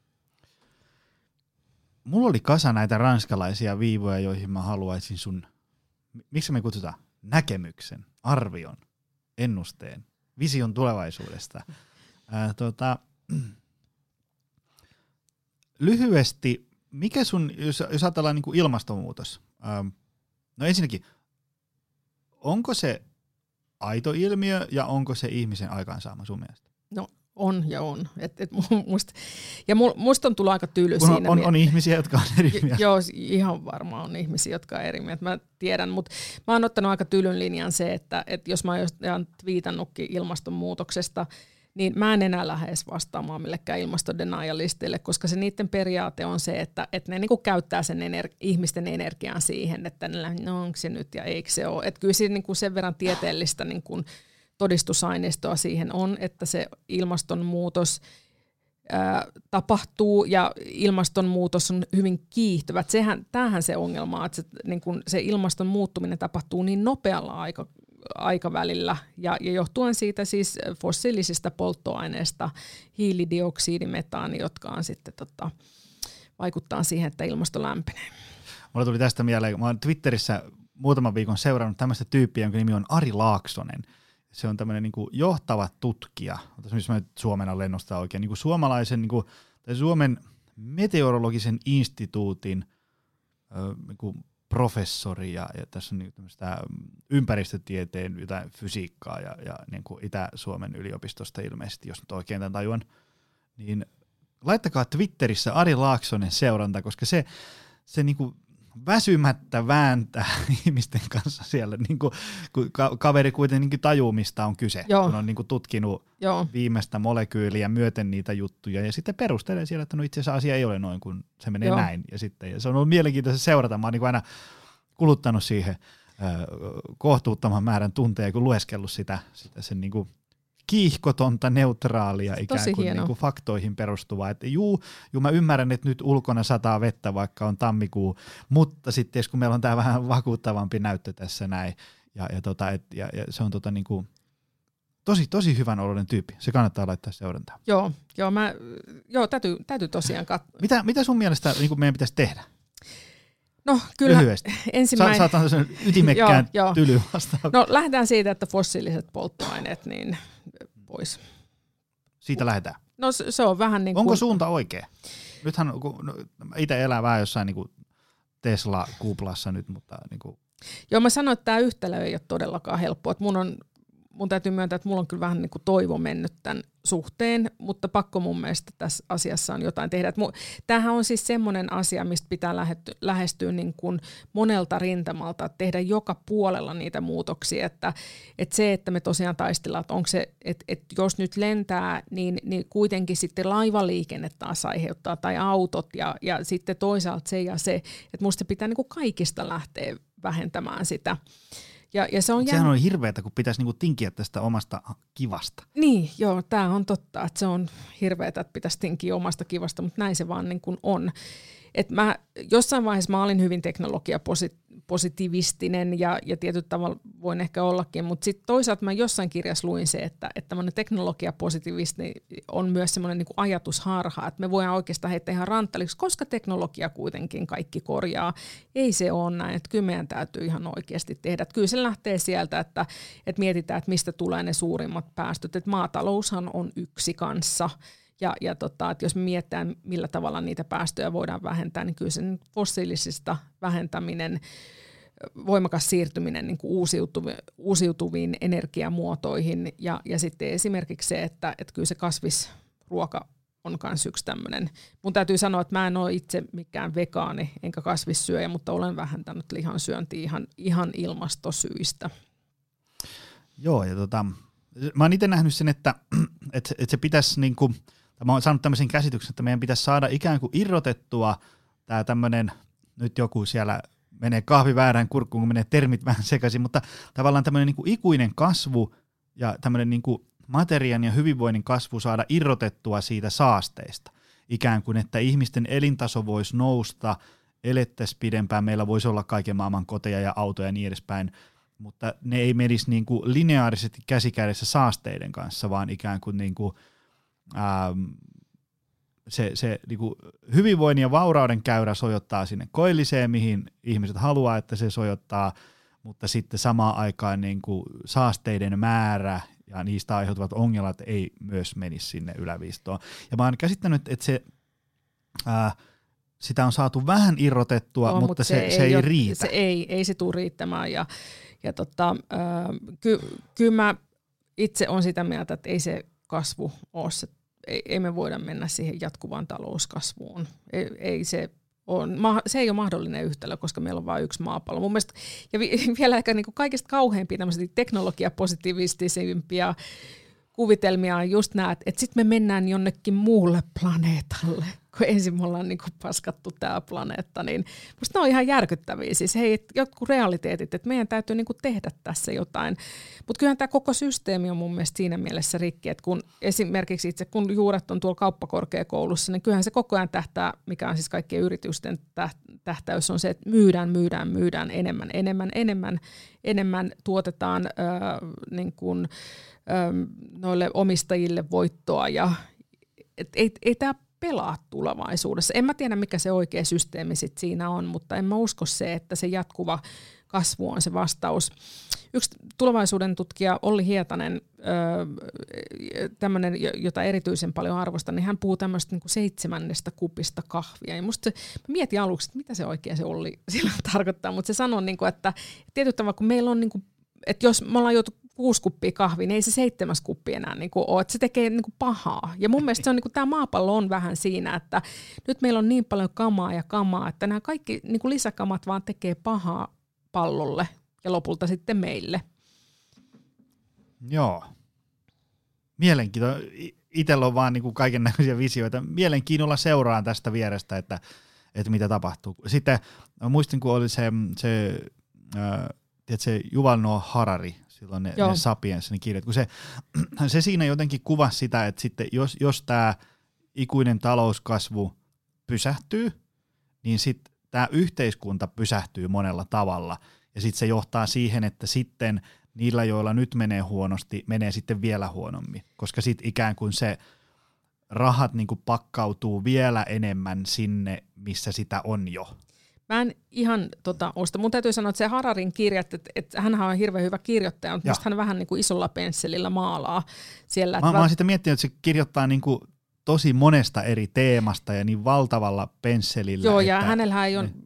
B: Mulla oli kasa näitä ranskalaisia viivoja, joihin mä haluaisin sun, miksi me kutsutaan, näkemyksen, arvion, ennusteen, vision tulevaisuudesta. Lyhyesti, mikä sun, jos ajatellaan niin kuin ilmastonmuutos, no ensinnäkin, onko se aito ilmiö ja onko se ihmisen aikaansaama sun mielestä?
C: No on ja on. Musta on tullut aika tyly siinä.
B: On ihmisiä, jotka on eri mieltä.
C: Joo, ihan varmaan on ihmisiä, jotka on eri mieltä. Mä tiedän, mutta mä oon ottanut aika tylyn linjan se, että jos mä oon twiitannutkin ilmastonmuutoksesta, niin mä en enää lähde edes vastaamaan millekään ilmastodenialistille, koska se niiden periaate on se, että ne niinku käyttää sen ihmisten energian siihen, että no onko se nyt ja eikö se ole. Että kyllä siinä niinku sen verran tieteellistä niinku todistusaineistoa siihen on, että se ilmastonmuutos tapahtuu ja ilmastonmuutos on hyvin kiihtyvä. Tämähän se ongelma, että se ilmaston muuttuminen tapahtuu niin nopealla aikavälillä ja johtuen siitä siis fossiilisista polttoaineista, hiilidioksidi, metaani, jotka on sitten vaikuttaa siihen, että ilmasto lämpenee.
B: Mulla tuli tästä mieleen, mä oon Twitterissä muutaman viikon seurannut tämmöistä tyyppiä, jonka nimi on Ari Laaksonen. Se on tämmöinen niin kuin johtava tutkija, jos mä nyt Suomena lennosta oikein, niin kuin suomalaisen, niin kuin, tai Suomen meteorologisen instituutin niin kuin professori ja tässä on niin tämmöistä ympäristötieteen jotain fysiikkaa ja niin kuin Itä-Suomen yliopistosta ilmeisesti, jos nyt oikein tämän tajuan, niin laittakaa Twitterissä Ari Laaksonen seuranta, koska se niin kuin väsymättä vääntää ihmisten kanssa siellä, niin kuin, kun kaveri kuitenkin tajuu, mistä on kyse, kun on niin kuin tutkinut viimeistä molekyyliä myöten niitä juttuja, ja sitten perustelee siellä, että no itse asiassa asia ei ole noin, kun se menee näin, ja se on ollut mielenkiintoista seurata, mä oon niin kuin aina kuluttanut siihen kohtuuttoman määrän tunteja, kun lueskellut sitä sen niin kuin kiihkotonta, neutraalia, ikään kuin, niin kuin faktoihin perustuvaa. Että juu, mä ymmärrän, että nyt ulkona sataa vettä, vaikka on tammikuu, mutta sitten kun meillä on tämä vähän vakuuttavampi näyttö tässä näin, ja se on niin kuin tosi hyvän oloinen tyyppi. Se kannattaa laittaa seurantaan.
C: Joo, täytyy tosiaan katsoa.
B: Mitä sun mielestä niin kuin meidän pitäisi tehdä?
C: No kyllä
B: ensimmäinen. Saatan sen ytimekkään tyly vastaan.
C: No lähdetään siitä, että fossiiliset polttoaineet niin pois.
B: Siitä lähdetään?
C: No se on vähän niin kuin...
B: Onko suunta oikea? Nythän itse elää vähän jossain niin kuin Tesla-kuplassa nyt, mutta... Niin kuin...
C: Joo, mä sanoin, että tämä yhtälö ei ole todellakaan helppoa. Mun on mun täytyy myöntää, että mulla on kyllä vähän niin kuin toivo mennyt tämän suhteen, mutta pakko mun mielestä tässä asiassa on jotain tehdä. Tämähän on siis semmoinen asia, mistä pitää lähestyä niin kuin monelta rintamalta, tehdä joka puolella niitä muutoksia, että se, että me tosiaan taistellaan, että onko se, että jos nyt lentää, niin kuitenkin sitten laivaliikenne taas aiheuttaa, tai autot, ja sitten toisaalta se ja se, että musta pitää niin kuin kaikista lähteä vähentämään sitä. Ja
B: sehän on hirveätä, kun pitäisi niinku tinkiä tästä omasta kivasta.
C: Niin, joo, tämä on totta, että se on hirveätä, että pitäisi tinkiä omasta kivasta, mutta näin se vaan niin kuin on. Et jossain vaiheessa mä olin hyvin teknologiapositiivistinen ja tietyllä tavalla voin ehkä ollakin, mutta sitten toisaalta mä jossain kirjassa luin se, että tämmöinen teknologiapositiivisti on myös semmoinen niin kuin ajatusharha, että me voidaan oikeastaan heittää ihan ranttaliksi, koska teknologia kuitenkin kaikki korjaa. Ei se ole näin, että kyllä meidän täytyy ihan oikeasti tehdä. Että kyllä se lähtee sieltä, että mietitään, että mistä tulee ne suurimmat päästöt, että maataloushan on yksi kanssa. Että jos me mietitään, millä tavalla niitä päästöjä voidaan vähentää, niin kyllä sen fossiilisista vähentäminen, voimakas siirtyminen niin kuin uusiutuviin energiamuotoihin ja sitten esimerkiksi se, että kyllä se kasvisruoka on myös yksi tämmöinen. Mun täytyy sanoa, että mä en ole itse mikään vegaani enkä kasvissyöjä, mutta olen vähentänyt lihansyöntiä ihan ilmastosyistä.
B: Joo, ja mä oon itse nähnyt sen, että se pitäisi niinku, mä oon saanut tämmöisen käsityksen, että meidän pitäisi saada ikään kuin irrotettua tää tämmönen, nyt joku siellä menee kahvi väärään kurkkuun, kun menee termit vähän sekaisin, mutta tavallaan tämmöinen niinku ikuinen kasvu ja tämmöinen niinku materiaan ja hyvinvoinnin kasvu saada irrotettua siitä saasteista. Ikään kuin, että ihmisten elintaso voisi nousta, elettäisiin pidempään, meillä voisi olla kaiken maailman koteja ja autoja ja niin edespäin, mutta ne ei menisi niin kuin lineaarisesti käsikädessä saasteiden kanssa, vaan ikään kuin, se niin kuin hyvinvoinnin ja vaurauden käyrä sojottaa sinne koilliseen, mihin ihmiset haluaa, että se sojottaa, mutta sitten samaan aikaan niin kuin saasteiden määrä ja niistä aiheutuvat ongelmat ei myös menisi sinne yläviistoon. Ja mä oon käsittänyt, että sitä on saatu vähän irrotettua, mutta se ei riitä.
C: Ei se tule riittämään kyllä mä itse olen sitä mieltä, että ei se kasvu ole se, ei me voida mennä siihen jatkuvaan talouskasvuun. Se ei ole mahdollinen yhtälö, koska meillä on vain yksi maapallo. Mun mielestä, ja vielä ehkä niin kuin kaikista kauheimpia tämmöisiä teknologiapositiivistisimpia kuvitelmia on just nämä, että sitten me mennään jonnekin muulle planeetalle, kun ensin me ollaan niinku paskattu tämä planeetta, niin musta ne on ihan järkyttäviä. Siis jotkut realiteetit, että meidän täytyy niinku tehdä tässä jotain. Mutta kyllähän tämä koko systeemi on mun mielestä siinä mielessä rikki, että kun esimerkiksi itse kun juuret on tuolla kauppakorkeakoulussa, niin kyllähän se koko ajan tähtää, mikä on siis kaikkien yritysten tähtäys on se, että myydään enemmän tuotetaan niin kuin noille omistajille voittoa ja ei tämä pelaa tulevaisuudessa. En mä tiedä, mikä se oikea systeemi sit siinä on, mutta en mä usko se, että se jatkuva kasvu on se vastaus. Yksi tulevaisuuden tutkija Olli Hietanen, tämmöinen, jota erityisen paljon arvostan, niin hän puhuu tämmöistä niin kuin 7 kupista kahvia. Ja musta mä mietin aluksi, että mitä se oikein se Olli sillä tarkoittaa, mutta se sanoo, niin kuin, että tietyllä tavalla, kun meillä on, niin kuin, että jos me ollaan joutu 6 kuppia kahvia, niin ei se 7 kuppi enää niin kuin ole, että se tekee niin kuin pahaa. Ja mun mielestä se on, niin kuin, tämä maapallo on vähän siinä, että nyt meillä on niin paljon kamaa, että nämä kaikki niin kuin lisäkamat vaan tekee pahaa pallolle ja lopulta sitten meille.
B: Joo. Mielenkiintoista. Itsellä on vaan niin kuin kaikennäköisiä visioita. Mielenkiinnolla seuraan tästä vierestä, että mitä tapahtuu. Sitten muistin, kun oli se Yuval Noah Harari, silloin ne Sapiens, ne kirjat, kun se siinä jotenkin kuvasi sitä, että sitten jos tämä ikuinen talouskasvu pysähtyy, niin sitten tämä yhteiskunta pysähtyy monella tavalla, ja sitten se johtaa siihen, että sitten niillä, joilla nyt menee huonosti, menee sitten vielä huonommin, koska sitten ikään kuin se rahat niin kuin pakkautuu vielä enemmän sinne, missä sitä on jo.
C: Mä en ihan osta. Mun täytyy sanoa, että se Hararin kirjat, että hänhän on hirveän hyvä kirjoittaja, mutta musta hän vähän niin kuin isolla pensselillä maalaa siellä.
B: Mä oon sitten miettinyt, että se kirjoittaa niin kuin tosi monesta eri teemasta ja niin valtavalla pensselillä.
C: Joo, ja hänellähän ei ole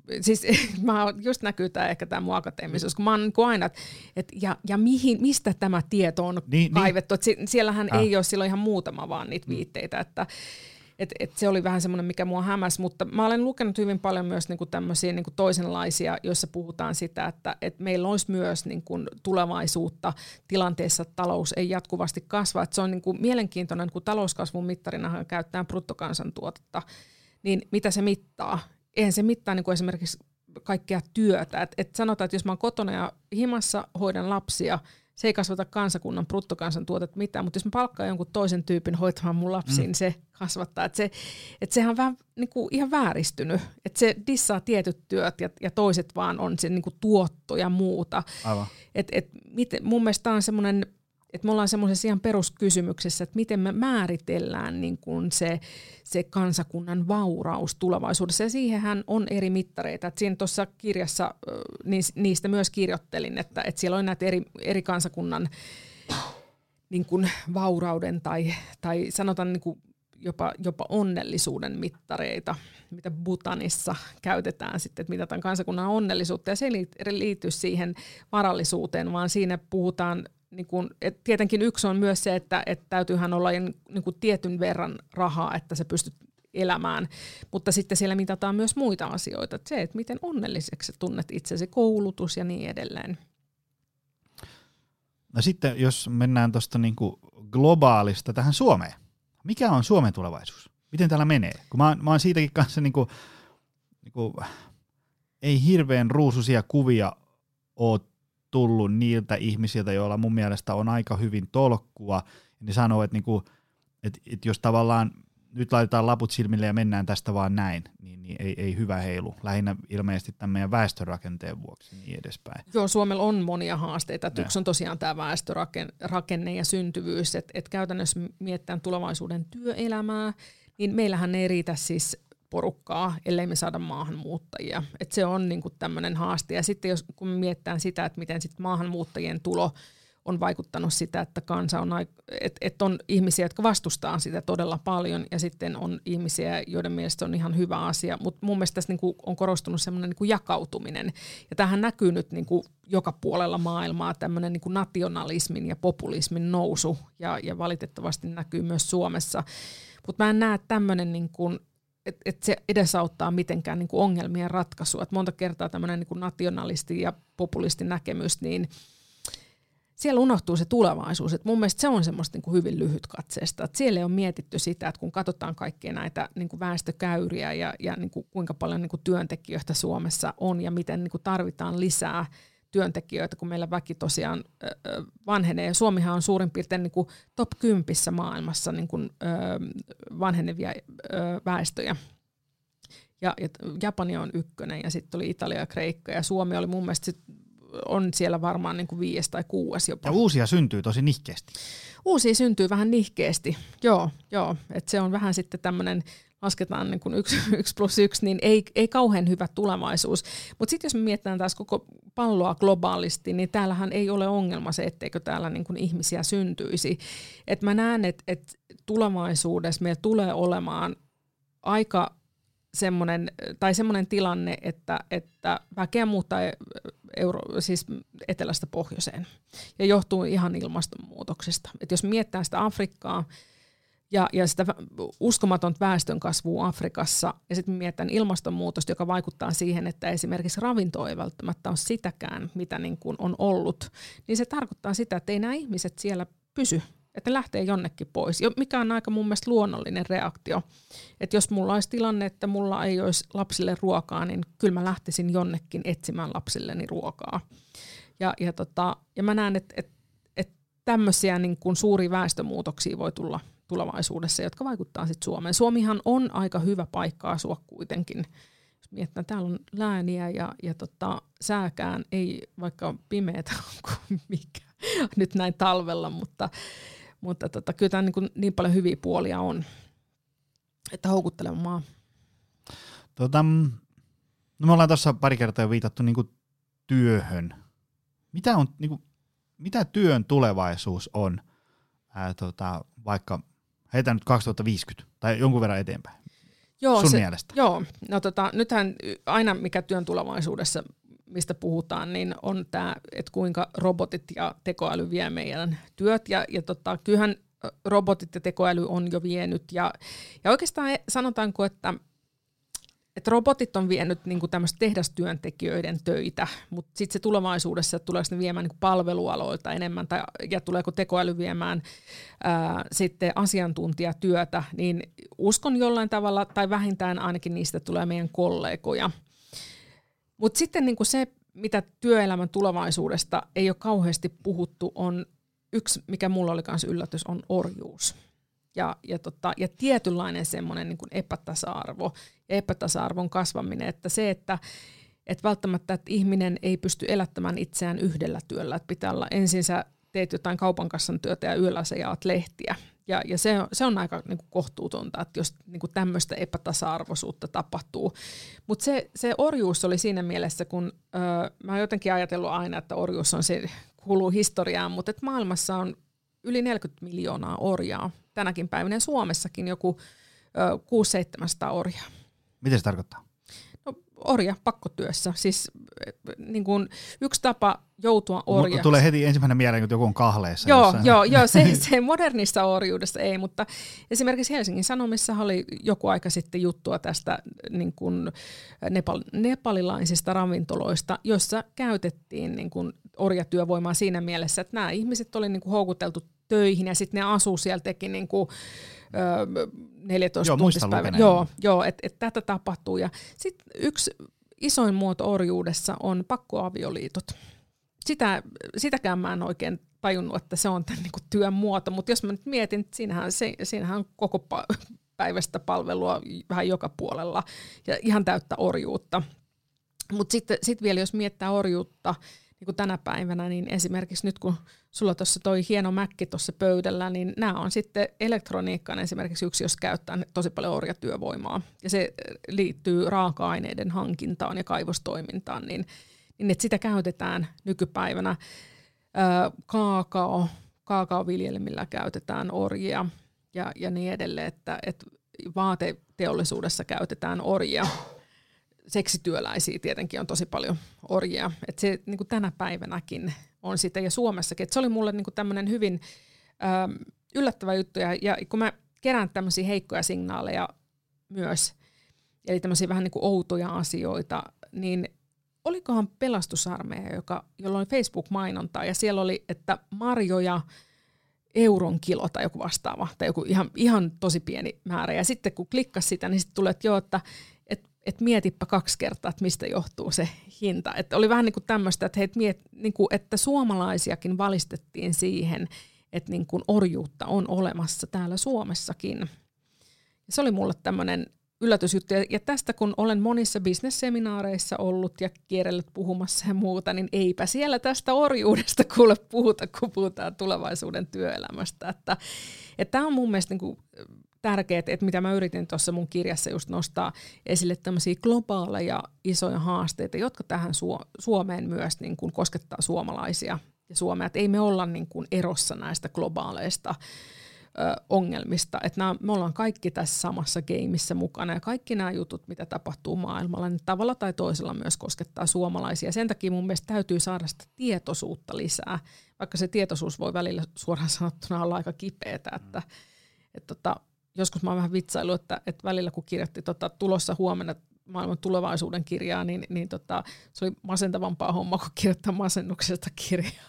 C: siis just näkyy ehkä mun akateemisuus, kun mä oon niin aina, ja mistä tämä tieto on kaivettu. Siellähän ei ole silloin ihan muutama vaan niitä viitteitä, että se oli vähän semmoinen, mikä mua hämäsi, mutta mä olen lukenut hyvin paljon myös niin kuin tämmöisiä niin kuin toisenlaisia, joissa puhutaan sitä, että meillä olisi myös niin kuin tulevaisuutta tilanteessa, että talous ei jatkuvasti kasva. Että se on niin kuin mielenkiintoinen, kun talouskasvun mittarinahan käytetään bruttokansantuotetta, niin mitä se mittaa? Eihän se mittaa niin kuin esimerkiksi kaikkea työtä. Et sanotaan, että jos mä oon kotona ja himassa hoidan lapsia, se ei kasvata kansakunnan bruttokansantuotetta mitään, mutta jos mä palkkaan jonkun toisen tyypin hoitamaan mun lapsiin, niin se kasvattaa. Sehän on vähän niin kuin ihan vääristynyt. Että se dissaa tietyt työt ja toiset vaan on se niin kuin tuotto ja muuta. Aivan. Mun mielestä on semmoinen, että me ollaan semmoisessa ihan peruskysymyksessä, että miten me määritellään niin kuin se kansakunnan vauraus tulevaisuudessa. Ja siihenhän on eri mittareita. Et siinä tuossa kirjassa niistä myös kirjoittelin, että siellä on näitä eri kansakunnan niin kuin vaurauden tai sanotaan niin kuin jopa onnellisuuden mittareita, mitä Bhutanissa käytetään sitten, että mitataan kansakunnan onnellisuutta. Ja se ei liity siihen varallisuuteen, vaan siinä puhutaan niin kun, tietenkin yksi on myös se, että täytyyhän olla niin kun tietyn verran rahaa, että sä pystyt elämään, mutta sitten siellä mitataan myös muita asioita. Että se, että miten onnelliseksi tunnet itsesi, koulutus ja niin edelleen.
B: No sitten, jos mennään tuosta niin kuin globaalista tähän Suomeen. Mikä on Suomen tulevaisuus? Miten täällä menee? Kun mä oon siitäkin kanssa niin kuin, ei hirveän ruusuisia kuvia ole tullut niiltä ihmisiltä, joilla mun mielestä on aika hyvin tolkkua. Ja ne sanoo, että jos tavallaan nyt laitetaan laput silmille ja mennään tästä vaan näin, niin ei hyvä heilu. Lähinnä ilmeisesti tämän meidän väestörakenteen vuoksi niin edespäin.
C: Joo, Suomella on monia haasteita. Yksi on tosiaan tämä väestörakenne ja syntyvyys. Et käytännössä mietitään tulevaisuuden työelämää, niin meillähän ei riitä siis porukkaa, ellei me saada maahanmuuttajia. Et se on niinku tämmöinen haaste. Ja sitten kun me mietitään sitä, että miten sit maahanmuuttajien tulo on vaikuttanut sitä, että kansa on, että on ihmisiä, jotka vastustaa sitä todella paljon, ja sitten on ihmisiä, joiden mielestä on ihan hyvä asia. Mutta mun mielestä tässä niinku on korostunut semmoinen niinku jakautuminen. Ja tämähän näkyy nyt niinku joka puolella maailmaa, tämmöinen niinku nationalismin ja populismin nousu, ja valitettavasti näkyy myös Suomessa. Mutta mä en näe tämmöinen niinku, että se edesauttaa mitenkään niin kuin ongelmien ratkaisua. Et monta kertaa tämmöinen niin kuin nationalisti ja populisti näkemys, niin siellä unohtuu se tulevaisuus. Et mun mielestä se on semmoista niin kuin hyvin lyhytkatseista. Et siellä on mietitty sitä, että kun katsotaan kaikkia näitä niin kuin väestökäyriä ja niin kuin kuinka paljon niin kuin työntekijöitä Suomessa on ja miten niin kuin tarvitaan lisää työntekijöitä, kun meillä väki tosiaan vanhenee. Suomihan on suurin piirtein niin kuin top 10 maailmassa niin kuin, vanhenevia väestöjä. Ja Japani on ykkönen ja sitten oli Italia ja Kreikka ja Suomi oli mun mielestä on siellä varmaan niin kuin 5 tai 6 jopa.
B: Ja uusia syntyy tosi nihkeästi.
C: Uusia syntyy vähän nihkeästi, joo. Et se on vähän sitten tämmöinen, lasketaan niin kuin 1+1, niin ei kauhean hyvä tulevaisuus. Mutta sitten jos me mietitään taas koko palloa globaalisti, niin täällähän ei ole ongelma se, etteikö täällä niin kuin ihmisiä syntyisi. Et mä näen, että tulevaisuudessa meillä tulee olemaan aika semmoinen tilanne, että väkeä muuttaa siis etelästä pohjoiseen. Ja johtuu ihan ilmastonmuutoksesta. Et jos mietitään sitä Afrikkaa ja sitä uskomatonta väestönkasvua Afrikassa, ja sitten mietitään ilmastonmuutosta, joka vaikuttaa siihen, että esimerkiksi ravinto ei välttämättä ole sitäkään, mitä niin kuin on ollut, niin se tarkoittaa sitä, että ei nämä ihmiset siellä pysy, että ne lähtee jonnekin pois, mikä on aika mun mielestä luonnollinen reaktio. Että jos mulla olisi tilanne, että mulla ei olisi lapsille ruokaa, niin kyllä mä lähtisin jonnekin etsimään lapsilleni ruokaa. Ja mä näen, että tämmöisiä niin kuin suuria väestömuutoksia voi tulla tulevaisuudessa, jotka vaikuttaa sitten Suomeen. Suomihan on aika hyvä paikka asua kuitenkin. Jos mietitään, täällä on lääniä ja sääkään ei vaikka pimeätä kuin mikä nyt näin talvella, mutta kyllä tämä niin paljon hyviä puolia on, että houkutteleva maa.
B: No me ollaan tuossa pari kertaa jo viitattu niinku työhön. Mitä työn tulevaisuus on, vaikka heitän nyt 2050 tai jonkun verran eteenpäin? sun mielestä?
C: Joo, no nythän aina mikä työn tulevaisuudessa, mistä puhutaan, niin on tämä, että kuinka robotit ja tekoäly vie meidän työt. Ja kyllähän robotit ja tekoäly on jo vienyt. Ja oikeastaan sanotaanko, että robotit on vienyt niin kuin tämmöistä tehdastyöntekijöiden töitä, mutta sitten se tulevaisuudessa, että tuleeko ne viemään niin kuin palvelualoilta enemmän, ja tuleeko tekoäly viemään sitten asiantuntijatyötä, niin uskon jollain tavalla, tai vähintään ainakin niistä tulee meidän kollegoja. Mutta sitten niin kuin se, mitä työelämän tulevaisuudesta ei ole kauheasti puhuttu, on yksi, mikä mulla oli myös yllätys, on orjuus. Ja tietynlainen semmoinen niin kuin epätasa-arvo ja epätasa-arvon kasvaminen, että se, että välttämättä että ihminen ei pysty elättämään itseään yhdellä työllä, että pitää olla ensin sä teet jotain kaupan kassan työtä ja yöllä sä jaat lehtiä. Ja se on aika niin kuin kohtuutonta, että jos niin kuin tämmöistä epätasa-arvoisuutta tapahtuu. Mutta se orjuus oli siinä mielessä, kun mä oon jotenkin ajatellut aina, että orjuus on se, kuuluu historiaan, mutta että maailmassa on yli 40 miljoonaa orjaa. Tänäkin päivänä Suomessakin joku 600-700 orjaa.
B: Mitä se tarkoittaa?
C: No, orja pakkotyössä. Siis niin kuin yksi tapa joutua orjaksi.
B: Tulee heti ensimmäinen mieleen, kun joku on kahleessa.
C: Joo, se modernissa orjuudessa ei, mutta esimerkiksi Helsingin Sanomissa oli joku aika sitten juttua tästä niin kuin nepalilaisista ravintoloista, jossa käytettiin niin kuin orjatyövoimaa siinä mielessä, että nämä ihmiset oli niin kuin houkuteltu töihin ja sitten ne asuu siellä, teki niin kuin 14 tuntispäivän. Joo, että tätä tapahtuu. Ja sitten yksi isoin muoto orjuudessa on pakkoavioliitot. Sitäkään mä en oikein tajunnut, että se on tämän niin kuin työn muoto, mutta jos mä nyt mietin, että siinähän on koko päivästä palvelua vähän joka puolella ja ihan täyttä orjuutta. Mutta sitten vielä jos miettää orjuutta, niin kuin tänä päivänä, niin esimerkiksi nyt kun sulla tuossa toi hieno mäkki tuossa pöydällä, niin nämä on sitten elektroniikkaan esimerkiksi yksi, jos käyttää tosi paljon orjatyövoimaa. Ja se liittyy raaka-aineiden hankintaan ja kaivostoimintaan, niin että sitä käytetään nykypäivänä. Kaakaoviljelmillä käytetään orjia ja niin edelleen, että vaateteollisuudessa käytetään orjia. Seksityöläisiä tietenkin on tosi paljon orjia. Että se niin kuin tänä päivänäkin on sitä, ja Suomessakin. Että se oli mulle niin kuin tämmöinen hyvin yllättävä juttu, ja kun mä kerään tämmöisiä heikkoja signaaleja myös, eli tämmöisiä vähän niin kuin outoja asioita, niin olikohan pelastusarmeija, jolla oli Facebook-mainontaa, ja siellä oli, että marjoja euron kilo tai joku vastaava, tai joku ihan tosi pieni määrä. Ja sitten kun klikkasi sitä, niin sitten tulee, että joo, että mietipä 2 kertaa, että mistä johtuu se hinta. Että oli vähän niin kuin tämmöistä, että, että suomalaisiakin valistettiin siihen, että niin kuin orjuutta on olemassa täällä Suomessakin. Ja se oli mulle tämmöinen yllätysjuttu. Ja tästä kun olen monissa bisnesseminaareissa ollut ja kierrellyt puhumassa ja muuta, niin eipä siellä tästä orjuudesta kuule puhuta, kun puhutaan tulevaisuuden työelämästä. Että tämä on mun mielestä niin kuin tärkeää, että mitä mä yritin tuossa mun kirjassa just nostaa esille tämmöisiä globaaleja isoja haasteita, jotka tähän Suomeen myös niin kuin koskettaa suomalaisia ja Suomea. Että ei me olla niin kuin erossa näistä globaaleista ongelmista. Että me ollaan kaikki tässä samassa gameissa mukana ja kaikki nämä jutut, mitä tapahtuu maailmalla, niin tavalla tai toisella myös koskettaa suomalaisia. Sen takia mun mielestä täytyy saada sitä tietoisuutta lisää, vaikka se tietoisuus voi välillä suoraan sanottuna olla aika kipeätä, että joskus mä oon vähän vitsailu, että välillä kun kirjoitti tulossa huomenna maailman tulevaisuuden kirjaa, niin se oli masentavampaa hommaa kuin kirjoittaa masennuksesta kirjaa.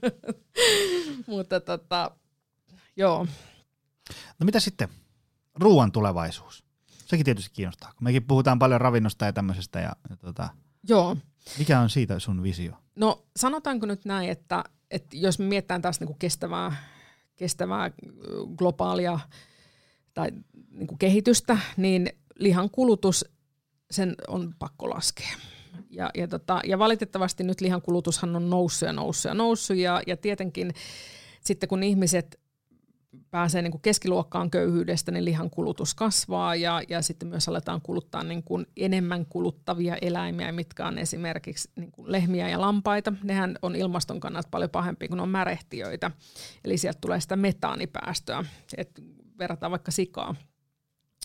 C: Mutta joo.
B: No mitä sitten? Ruoan tulevaisuus. Sekin tietysti kiinnostaa, kun mekin puhutaan paljon ravinnosta ja tämmöisestä.
C: Joo.
B: Mikä on siitä sun visio?
C: No sanotaanko nyt näin, että jos me mietitään taas niinku kestävää globaalia tai niin kuin kehitystä, niin lihan kulutus, sen on pakko laskea. Ja valitettavasti nyt lihan kulutushan on noussut ja tietenkin sitten kun ihmiset pääsee niin kuin keskiluokkaan köyhyydestä, niin lihan kulutus kasvaa ja sitten myös aletaan kuluttaa niin kuin enemmän kuluttavia eläimiä, mitkä on esimerkiksi niin kuin lehmiä ja lampaita. Nehän on ilmaston kannalta paljon pahempia, kun ne on märehtiöitä. Eli sieltä tulee sitä metaanipäästöä, että verrataan vaikka sikaa.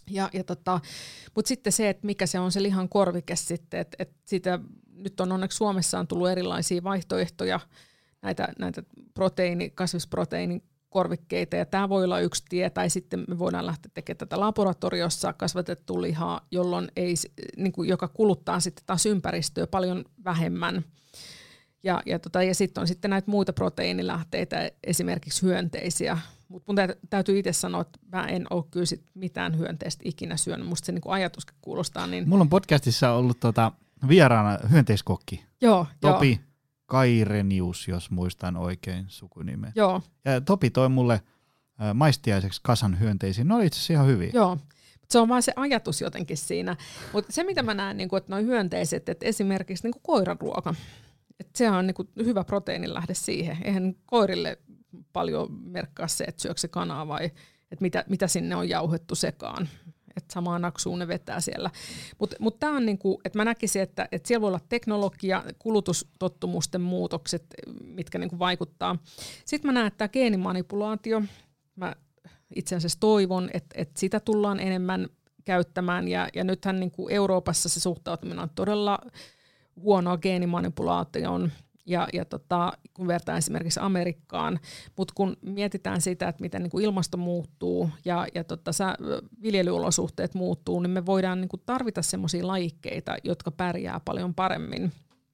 C: Mutta sitten se, että mikä se on se lihan korvike sitten, että siitä nyt on onneksi Suomessa on tullut erilaisia vaihtoehtoja, näitä kasvisproteiinin korvikkeita, ja tämä voi olla yksi tie, tai sitten me voidaan lähteä tekemään tätä laboratoriossa kasvatettua lihaa, jolloin joka kuluttaa sitten taas ympäristöä paljon vähemmän. Ja sitten on sitten näitä muita proteiinilähteitä, esimerkiksi hyönteisiä. Mutta mun täytyy itse sanoa, että mä en ole kyllä sit mitään hyönteistä ikinä syönyt. Musta se niinku ajatuskin kuulostaa niin.
B: Mulla on podcastissa ollut vieraana hyönteiskokki.
C: Joo,
B: Topi Kairenius, jos muistan oikein sukunimen.
C: Joo.
B: Ja Topi toi mulle maistiaiseksi kasan hyönteisiä. Ne oli itse asiassa ihan hyviä.
C: Joo. Se on vaan se ajatus jotenkin siinä. Mutta se, mitä mä näen, niin että nuo hyönteiset, että esimerkiksi niin koiran ruoka, että se on niin hyvä proteiinilähde siihen. Eihän koirille paljon merkkaa se, että syökö se kanaa vai että mitä sinne on jauhettu sekaan. Että samaan naksuun ne vetää siellä. Mutta tämä on niinku, että mä näkisin, että siellä voi olla teknologia, kulutustottumusten muutokset, mitkä niinku vaikuttaa. Sitten mä näen, että tämä geenimanipulaatio, mä itse asiassa toivon, että sitä tullaan enemmän käyttämään. Ja nythän niinku Euroopassa se suhtautuminen on todella huonoa geenimanipulaatioon. Ja kun vertaa esimerkiksi Amerikkaan, mutta kun mietitään sitä, että miten niin kuin ilmasto muuttuu ja viljelyolosuhteet muuttuu, niin me voidaan niin kuin tarvita semmoisia lajikkeita, jotka pärjää paljon paremmin.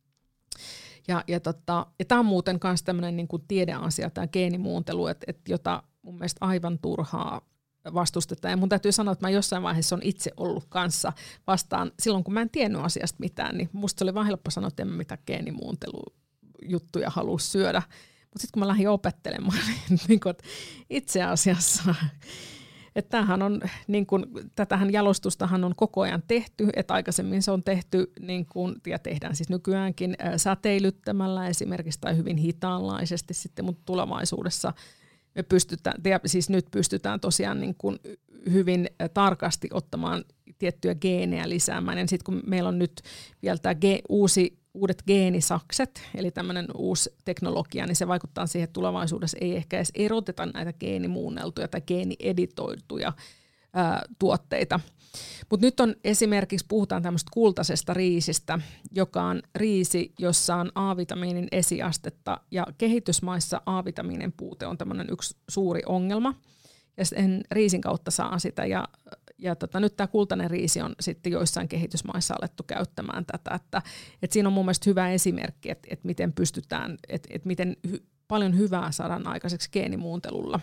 C: Ja tämä on muuten myös tämmöinen niin kuin tiedeasia, tämä geenimuuntelu, jota mun mielestä aivan turhaa vastustetaan. Ja mun täytyy sanoa, että mä jossain vaiheessa on itse ollut kanssa vastaan, silloin kun mä en tiennyt asiasta mitään, niin musta se oli vaan helppo sanoa, että en mä mitään geenimuuntelujuttuja halua syödä. Mutta sitten kun mä lähdin opettelemaan, niin itse asiassa, että tämähän on, niin kun, tätähän jalostustahan on koko ajan tehty, että aikaisemmin se on tehty, niin kun, ja tehdään siis nykyäänkin säteilyttämällä esimerkiksi tai hyvin hitaanlaisesti sitten, mutta tulevaisuudessa me nyt pystytään tosiaan niin kuin hyvin tarkasti ottamaan tiettyjä geenejä lisäämään. Ja sitten kun meillä on nyt vielä tämä uudet geenisakset, eli tämmöinen uusi teknologia, niin se vaikuttaa siihen, että tulevaisuudessa ei ehkä edes eroteta näitä geenimuunneltuja tai geenieditoituja tuotteita. Mutta nyt on esimerkiksi, puhutaan tämmöistä kultaisesta riisistä, joka on riisi, jossa on A-vitamiinin esiastetta, ja kehitysmaissa A-vitamiinin puute on tämmöinen yksi suuri ongelma, ja sen riisin kautta saa sitä, ja nyt tämä kultainen riisi on sitten joissain kehitysmaissa alettu käyttämään tätä, että siinä on mun mielestä hyvä esimerkki, että miten pystytään, että miten paljon hyvää saadaan aikaiseksi geenimuuntelulla.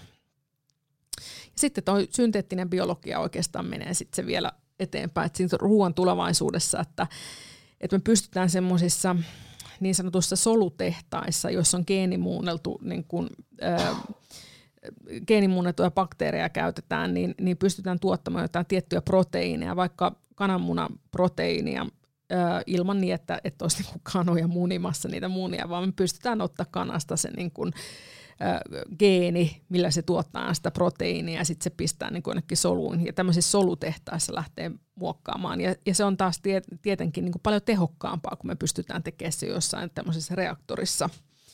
C: Ja sitten tuo synteettinen biologia oikeastaan menee sitten se vielä eteenpäin, että siinä ruoan tulevaisuudessa, että me pystytään semmoisissa niin sanotussa solutehtaissa, joissa on geenimuunneltu, geenimuunneltuja bakteereja käytetään, niin pystytään tuottamaan jotain tiettyjä proteiineja, vaikka kananmunaproteiinia ilman niin, että olisi niin kuin kanoja munimassa niitä munia, vaan me pystytään ottaa kanasta se niin kuin geeni, millä se tuottaa sitä proteiinia, ja sitten se pistää niin kuin jonnekin soluun, ja tämmöisissä solutehtaissa lähtee muokkaamaan. Ja se on taas tietenkin niin kuin paljon tehokkaampaa, kun me pystytään tekemään se jossain tämmöisessä reaktorissa.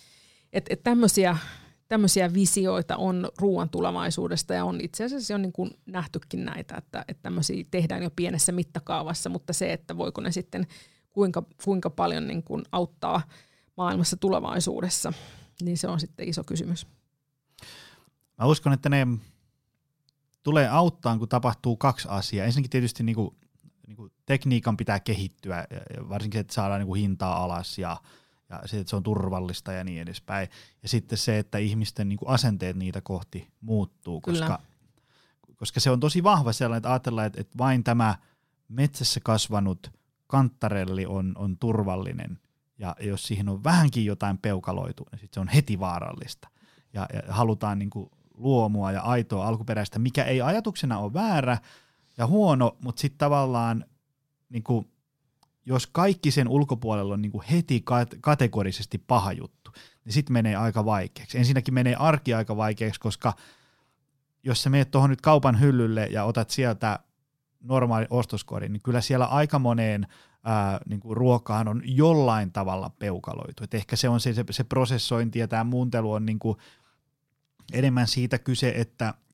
C: Tämmöisiä visioita on ruoan tulevaisuudesta, ja on itse asiassa jo niin kuin nähtykin näitä, että tämmöisiä tehdään jo pienessä mittakaavassa, mutta se, että voiko ne sitten kuinka paljon niin kuin auttaa maailmassa tulevaisuudessa, niin se on sitten iso kysymys.
B: Mä uskon, että ne tulee auttaa, kun tapahtuu kaksi asiaa. Ensinnäkin tietysti niin kuin tekniikan pitää kehittyä, varsinkin, että saadaan niin kuin hintaa alas ja se, että se on turvallista ja niin edespäin. Ja sitten se, että ihmisten niin kuin asenteet niitä kohti muuttuu, koska se on tosi vahva sellainen, että ajatellaan, että vain tämä metsässä kasvanut kantarelli on turvallinen. Ja jos siihen on vähänkin jotain peukaloitu, niin sitten se on heti vaarallista. Ja halutaan niin kuin luomua ja aitoa alkuperäistä, mikä ei ajatuksena ole väärä ja huono, mutta sitten tavallaan, niin kuin, jos kaikki sen ulkopuolella on niin kuin heti kategorisesti paha juttu, niin sitten menee aika vaikeaksi. Ensinnäkin menee arki aika vaikeaksi, koska jos sä menet tuohon nyt kaupan hyllylle ja otat sieltä normaali ostoskorin, niin kyllä siellä aika moneen niin kuin ruokaan on jollain tavalla peukaloitu. Et ehkä se on se prosessointi ja tämä muuntelu on niin kuin enemmän siitä kyse, että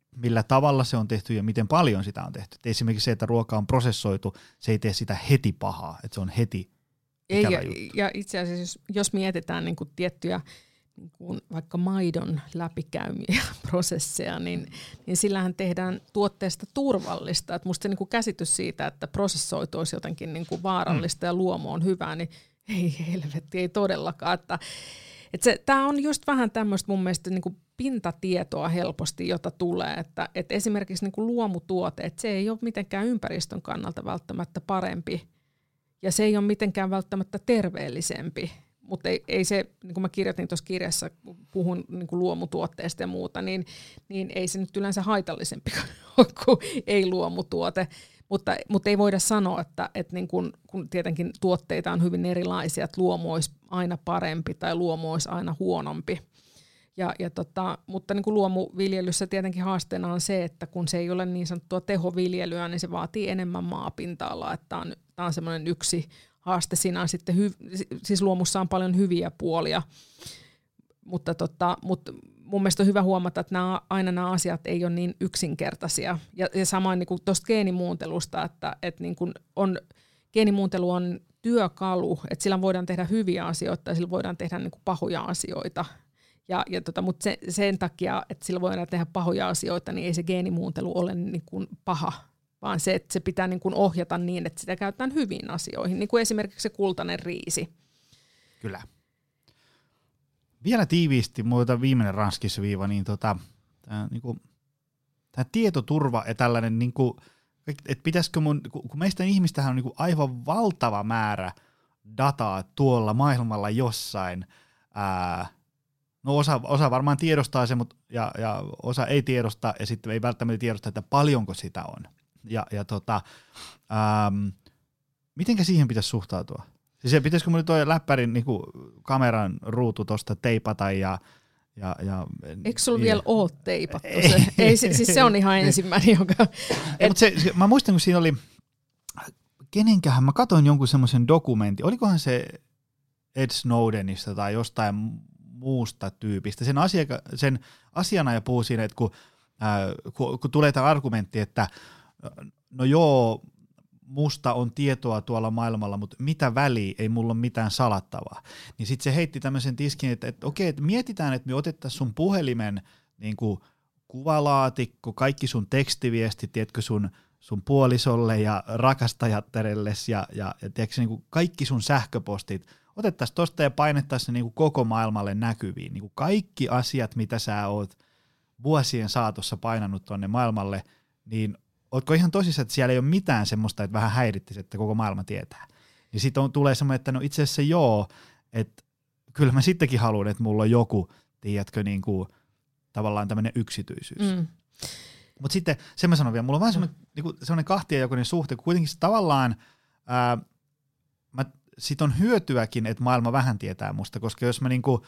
B: millä tavalla se on tehty ja miten paljon sitä on tehty. Et esimerkiksi se, että ruoka on prosessoitu, se ei tee sitä heti pahaa, että se on heti ikävä juttu.
C: Ja itse asiassa, jos mietitään niin kuin tiettyjä niin kuin vaikka maidon läpikäymiä prosesseja, niin sillähän tehdään tuotteesta turvallista. Et musta se niin kuin käsitys siitä, että prosessoitu olisi jotenkin niin kuin vaarallista ja luomu on hyvää, niin ei helvetti, ei todellakaan. Tämä on just vähän tämmöistä mun mielestä niin kuin pintatietoa helposti, jota tulee, että esimerkiksi niin kuin luomutuote, että se ei ole mitenkään ympäristön kannalta välttämättä parempi ja se ei ole mitenkään välttämättä terveellisempi, mutta ei se, niin kuin mä kirjoitin tuossa kirjassa, kun puhun niin kuin luomutuotteesta ja muuta, niin ei se nyt yleensä haitallisempi kuin ei-luomutuote. Mutta ei voida sanoa, että niin kun tietenkin tuotteita on hyvin erilaisia, että luomu olisi aina parempi tai luomu olisi aina huonompi. Mutta niin kuin luomuviljelyssä tietenkin haasteena on se, että kun se ei ole niin sanottua tehoviljelyä, niin se vaatii enemmän maapinta-alaa. Tämä on semmoinen yksi haaste. Siinä on sitten siis luomussa on paljon hyviä puolia, mutta mun mielestä on hyvä huomata, että nämä asiat ei ole niin yksinkertaisia. Ja samoin niin kuin tuosta geenimuuntelusta, että niin kuin geenimuuntelu on työkalu, että sillä voidaan tehdä hyviä asioita ja sillä voidaan tehdä niin kuin pahoja asioita. Mutta sen takia, että sillä voidaan tehdä pahoja asioita, niin ei se geenimuuntelu ole niin kuin paha, vaan se, että se pitää niin kuin ohjata niin, että sitä käytetään hyviin asioihin, niin kuin esimerkiksi se kultainen riisi.
B: Kyllä. Vielä tiiviisti, muuta viimeinen ranskisviiva, niin tämä tietoturva ja tällainen, niinku, että pitäisikö kun meistä ihmistähän on niinku aivan valtava määrä dataa tuolla maailmalla jossain, no osa varmaan tiedostaa se, ja osa ei tiedosta, ja sitten ei välttämättä tiedosta, että paljonko sitä on. Mitenkä siihen pitäisi suhtautua? Siis pitäisikö mun toi läppärin niinku kameran ruutu tuosta teipata ja
C: eikö sulla vielä ole teipattu se? Ei, siis se on ihan ensimmäinen, joka...
B: Mä muistan, kun siinä oli, kenenkähän, mä katsoin jonkun semmoisen dokumentin, olikohan se Ed Snowdenista tai jostain muusta tyypistä. Sen asianajaja puhuu siinä, että kun tulee tämä argumentti, että no joo, musta on tietoa tuolla maailmalla, mutta mitä väliä, ei mulla ole mitään salattavaa. Niin sitten se heitti tämmöisen tiskin, että okei, että mietitään, että me otettaisiin sun puhelimen niin kuin kuvalaatikko, kaikki sun tekstiviestit, tiedätkö, sun puolisolle ja rakastajattarelles ja tiedätkö, niin kuin kaikki sun sähköpostit, otettaisiin tosta ja painettaisiin se niin kuin koko maailmalle näkyviin. Niin kuin kaikki asiat, mitä sä oot vuosien saatossa painanut tonne maailmalle, niin ootko ihan tosissaan, että siellä ei ole mitään semmoista, että vähän häirittisi, että koko maailma tietää. Ja sitten tulee semmoinen, että no itse asiassa joo, että kyllä mä sittenkin haluan, että mulla on joku, tiedätkö, niin kuin, tavallaan tämmöinen yksityisyys. Mutta sitten sen mä sanon vielä, mulla on vähän semmoinen kahtiajakoinen suhte, kun kuitenkin tavallaan sit on hyötyäkin, että maailma vähän tietää musta, koska jos mä niinku,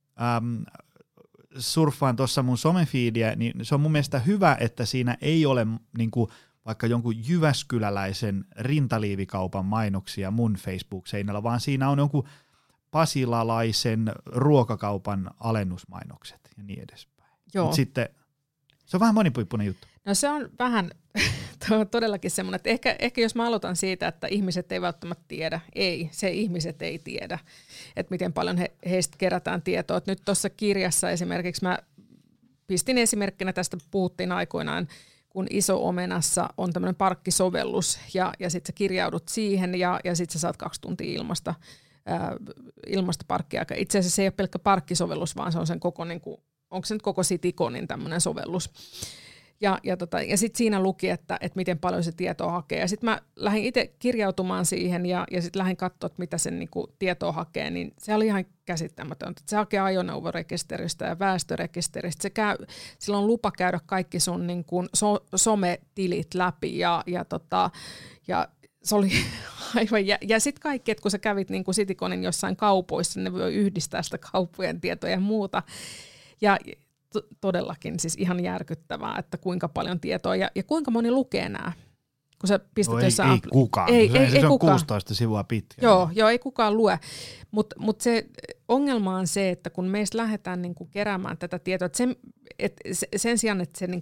B: surffaan tuossa mun somefeediä, niin se on mun mielestä hyvä, että siinä ei ole niinku vaikka jonkun jyväskyläläisen rintaliivikaupan mainoksia mun Facebook-seinällä, vaan siinä on jonkun pasilalaisen ruokakaupan alennusmainokset ja niin edespäin. Joo. Sitten se on vähän monipuippunen juttu.
C: No se on vähän todellakin semmoinen, että ehkä jos mä aloitan siitä, että ihmiset ei välttämättä tiedä, ihmiset ei tiedä, että miten paljon heistä kerätään tietoa. Nyt tuossa kirjassa esimerkiksi mä pistin esimerkkinä, tästä puhuttiin aikoinaan, kun Iso-Omenassa on tämmöinen parkkisovellus ja sitten sä kirjaudut siihen ja sitten sä saat 2 tuntia ilmasta parkkiaikaa. Itse asiassa se ei ole pelkkä parkkisovellus, vaan se on sen koko, niin kuin, onko se nyt koko Cityconin tämmöinen sovellus. Ja sitten siinä luki, että miten paljon se tietoa hakee. Ja sitten mä lähdin itse kirjautumaan siihen ja sitten lähdin katsoa, mitä sen niinku tietoa hakee. Niin se oli ihan käsittämätöntä. Se hakee ajoneuvorekisteristä ja väestörekisteristä. Sillä on lupa käydä kaikki sun niinku sometilit läpi. Ja se oli aivan... Ja sitten kaikki, että kun sä kävit niinku Cityconin jossain kaupoissa, ne voi yhdistää sitä kauppojen tietoja ja muuta. Ja todellakin siis ihan järkyttävää, että kuinka paljon tietoa ja kuinka moni lukee nämä. Kun sä pistät
B: ei kukaan. Se on kukaan. 16 sivua pitkä.
C: Joo, ei kukaan lue. Mut se ongelma on se, että kun meistä lähdetään niinku keräämään tätä tietoa, että sen sijaan, että se niinku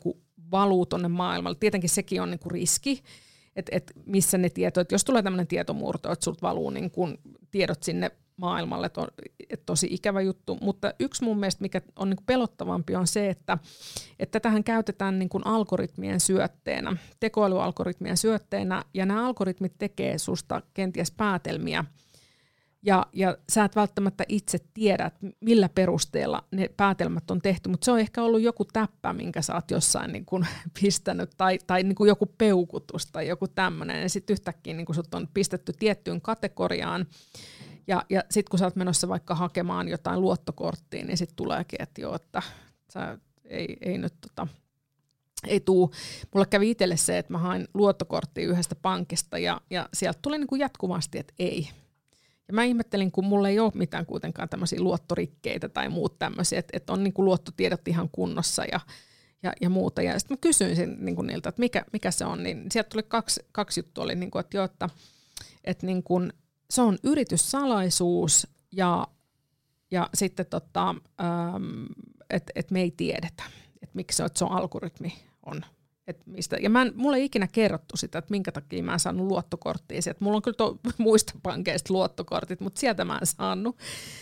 C: valuu tuonne maailmalle. Tietenkin sekin on niin kuin riski, että missä ne tiedot, että jos tulee tämmöinen tietomurto, että sulta valuu niin kuin tiedot sinne maailmalle, että tosi ikävä juttu, mutta yksi mun mielestä, mikä on niin kuin pelottavampi, on se, että tähän käytetään niin kuin algoritmien syötteenä, tekoälyalgoritmien syötteenä, ja nämä algoritmit tekee susta kenties päätelmiä, ja sä et välttämättä itse tiedä, millä perusteella ne päätelmät on tehty, mutta se on ehkä ollut joku täppä, minkä sä oot jossain niin kuin pistänyt, tai niin kuin joku peukutus tai joku tämmöinen, ja sitten yhtäkkiä niin kuin sut on pistetty tiettyyn kategoriaan, ja sitten kun sä oot menossa vaikka hakemaan jotain luottokorttia, niin sitten tuleekin, että joo, että sä ei nyt ei tuu. Mulle kävi itselle se, että mä hain luottokorttia yhdestä pankista, ja sieltä tuli niin kuin jatkuvasti, että ei. Ja mä ihmettelin, kun mulla ei ole mitään kuitenkaan tämmöisiä luottorikkeitä tai muut tämmöisiä, että on niin kuin luottotiedot ihan kunnossa ja muuta. Ja sitten mä kysyin niin kuin niiltä, että mikä se on, niin sieltä tuli kaksi juttua, oli niin kuin, että joo, että niin kuin se on yrityssalaisuus ja sitten että me ei tiedetä, että miksi se on algoritmi on. Ja mulle ei ikinä kerrottu sitä, että minkä takia mä en saanut luottokorttia sieltä. Mulla on kyllä muista pankeista luottokortit, mutta sieltä mä en saanut.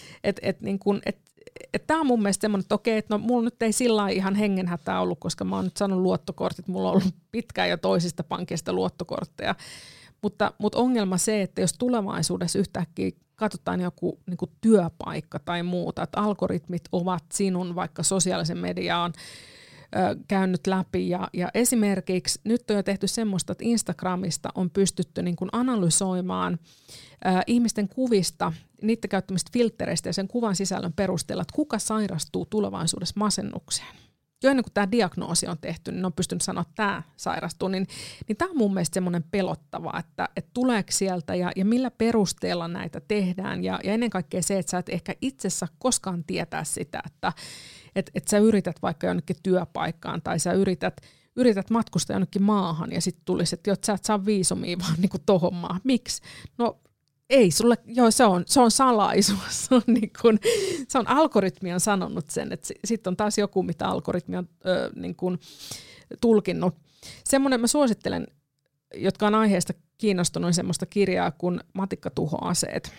C: Tämä on mun mielestä semmoinen, että okei, että no, mulla nyt ei sillä lailla ihan hengenhätää ollut, koska mä oon nyt saanut luottokortit. Mulla on ollut pitkään jo toisista pankeista luottokortteja. Mutta ongelma se, että jos tulevaisuudessa yhtäkkiä katsotaan joku niin kuin työpaikka tai muuta, että algoritmit ovat sinun vaikka sosiaalisen mediaan käynyt läpi. Ja esimerkiksi nyt on jo tehty semmoista, että Instagramista on pystytty niin kuin analysoimaan ihmisten kuvista, niiden käyttämistä filtreistä ja sen kuvan sisällön perusteella, että kuka sairastuu tulevaisuudessa masennukseen. Jo ennen kuin tämä diagnoosi on tehty, niin on pystynyt sanoa, että tämä sairastuu. Niin tämä on mun mielestä semmoinen pelottava, että tuleeko sieltä ja millä perusteella näitä tehdään. Ja ennen kaikkea se, että sä et ehkä itse saa koskaan tietää sitä, että sä yrität vaikka jonnekin työpaikkaan tai sä yrität matkustaa jonnekin maahan ja sitten tulisi, että sä et saa viisumia vaan niin kuin tohon maahan. Miksi? No ei sulle, joo se on salaisuus, se on algoritmi on sanonut sen, että sitten on taas joku, mitä algoritmi on niin kuin tulkinnut. Semmoinen mä suosittelen, jotka on aiheesta kiinnostunut, semmoista kirjaa kuin Matikkatuhoaseet.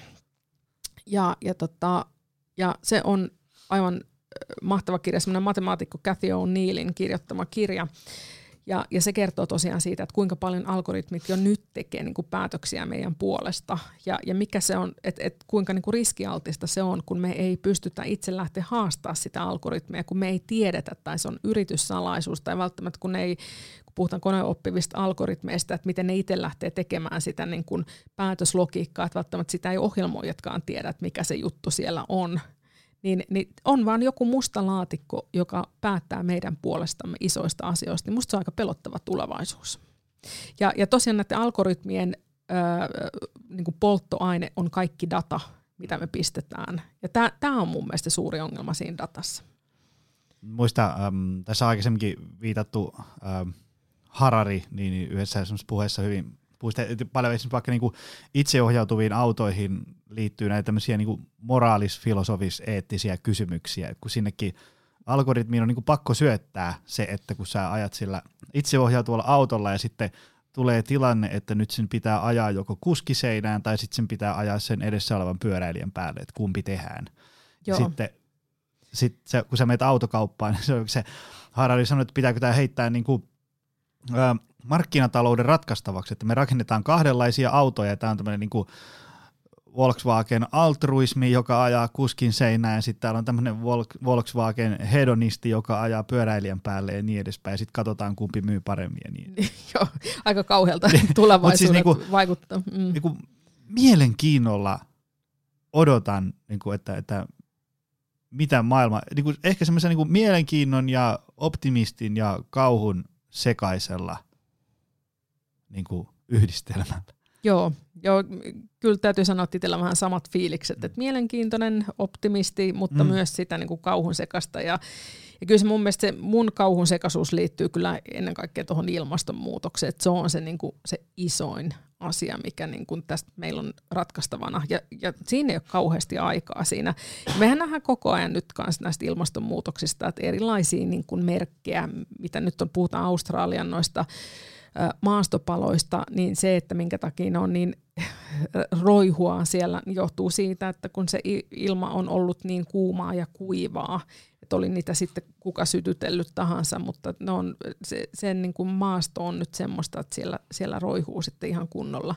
C: Ja se on aivan mahtava kirja, semmoinen matemaatikko Cathy O'Neillin kirjoittama kirja. Ja se kertoo tosiaan siitä, että kuinka paljon algoritmit jo nyt tekee niin kuin päätöksiä meidän puolesta. Ja mikä se on, että kuinka niin kuin riskialtista se on, kun me ei pystytä itse lähteä haastaa sitä algoritmia, kun me ei tiedetä, tai se on yrityssalaisuus, tai välttämättä kun puhutaan koneoppivista algoritmeista, että miten ne itse lähtee tekemään sitä niin kuin päätöslogiikkaa, että välttämättä sitä ei ohjelmoijatkaan tiedä, että mikä se juttu siellä on. Niin on vaan joku musta laatikko, joka päättää meidän puolestamme isoista asioista, niin musta se on aika pelottava tulevaisuus. Ja tosiaan näiden algoritmien niin kuin polttoaine on kaikki data, mitä me pistetään. Ja tämä on mun mielestä suuri ongelma siinä datassa.
B: Muista, tässä on aikaisemminkin viitattu Harari, niin yhdessä puheessa hyvin paljon esimerkiksi vaikka niinku itseohjautuviin autoihin liittyy näitä tämmöisiä niinku moraalis-filosofis-eettisiä kysymyksiä, että kun sinnekin algoritmiin on niinku pakko syöttää se, että kun sä ajat sillä itseohjautuvalla autolla ja sitten tulee tilanne, että nyt sen pitää ajaa joko kuskiseinään tai sitten sen pitää ajaa sen edessä olevan pyöräilijän päälle, että kumpi tehdään. Sitten kun sä menet autokauppaan, niin se Harari sanoi, että pitääkö tämä heittää niinku markkinatalouden ratkaistavaksi, että me rakennetaan kahdenlaisia autoja, ja tämä on tämmöinen niin kuin Volkswagen altruismi, joka ajaa kuskin seinään, ja sitten täällä on tämmöinen Volkswagen hedonisti, joka ajaa pyöräilijän päälle ja niin edespäin, ja sitten katsotaan kumpi myy paremmin. Ja niin.
C: Joo, aika kauhealta tulevaisuudet siis vaikuttaa.
B: Niinku mielenkiinnolla odotan, niinku, että mitä maailma, niinku, ehkä semmoisen niinku mielenkiinnon ja optimistin ja kauhun sekaisella niin kuin yhdistelmällä.
C: Joo, kyllä täytyy sanoa, että itsellä vähän samat fiilikset, että mielenkiintoinen optimisti, mutta myös sitä niin kuin kauhun sekasta. Ja kyllä se mun mielestä se mun kauhun sekaisuus liittyy kyllä ennen kaikkea tuohon ilmastonmuutokseen, että se on se, niin kuin, se isoin asia, mikä niin kuin tästä meillä on ratkaistavana. Ja siinä ei ole kauheasti aikaa siinä. Mehän nähdään koko ajan nyt kanssa näistä ilmastonmuutoksista, että erilaisia niin kuin merkkejä, mitä nyt puhutaan Australian noista maastopaloista, niin se, että minkä takia ne on niin roihua siellä, niin johtuu siitä, että kun se ilma on ollut niin kuumaa ja kuivaa, että oli niitä sitten kuka sytytellyt tahansa, mutta ne on, sen niin kuin maasto on nyt semmoista, että siellä roihuu sitten ihan kunnolla.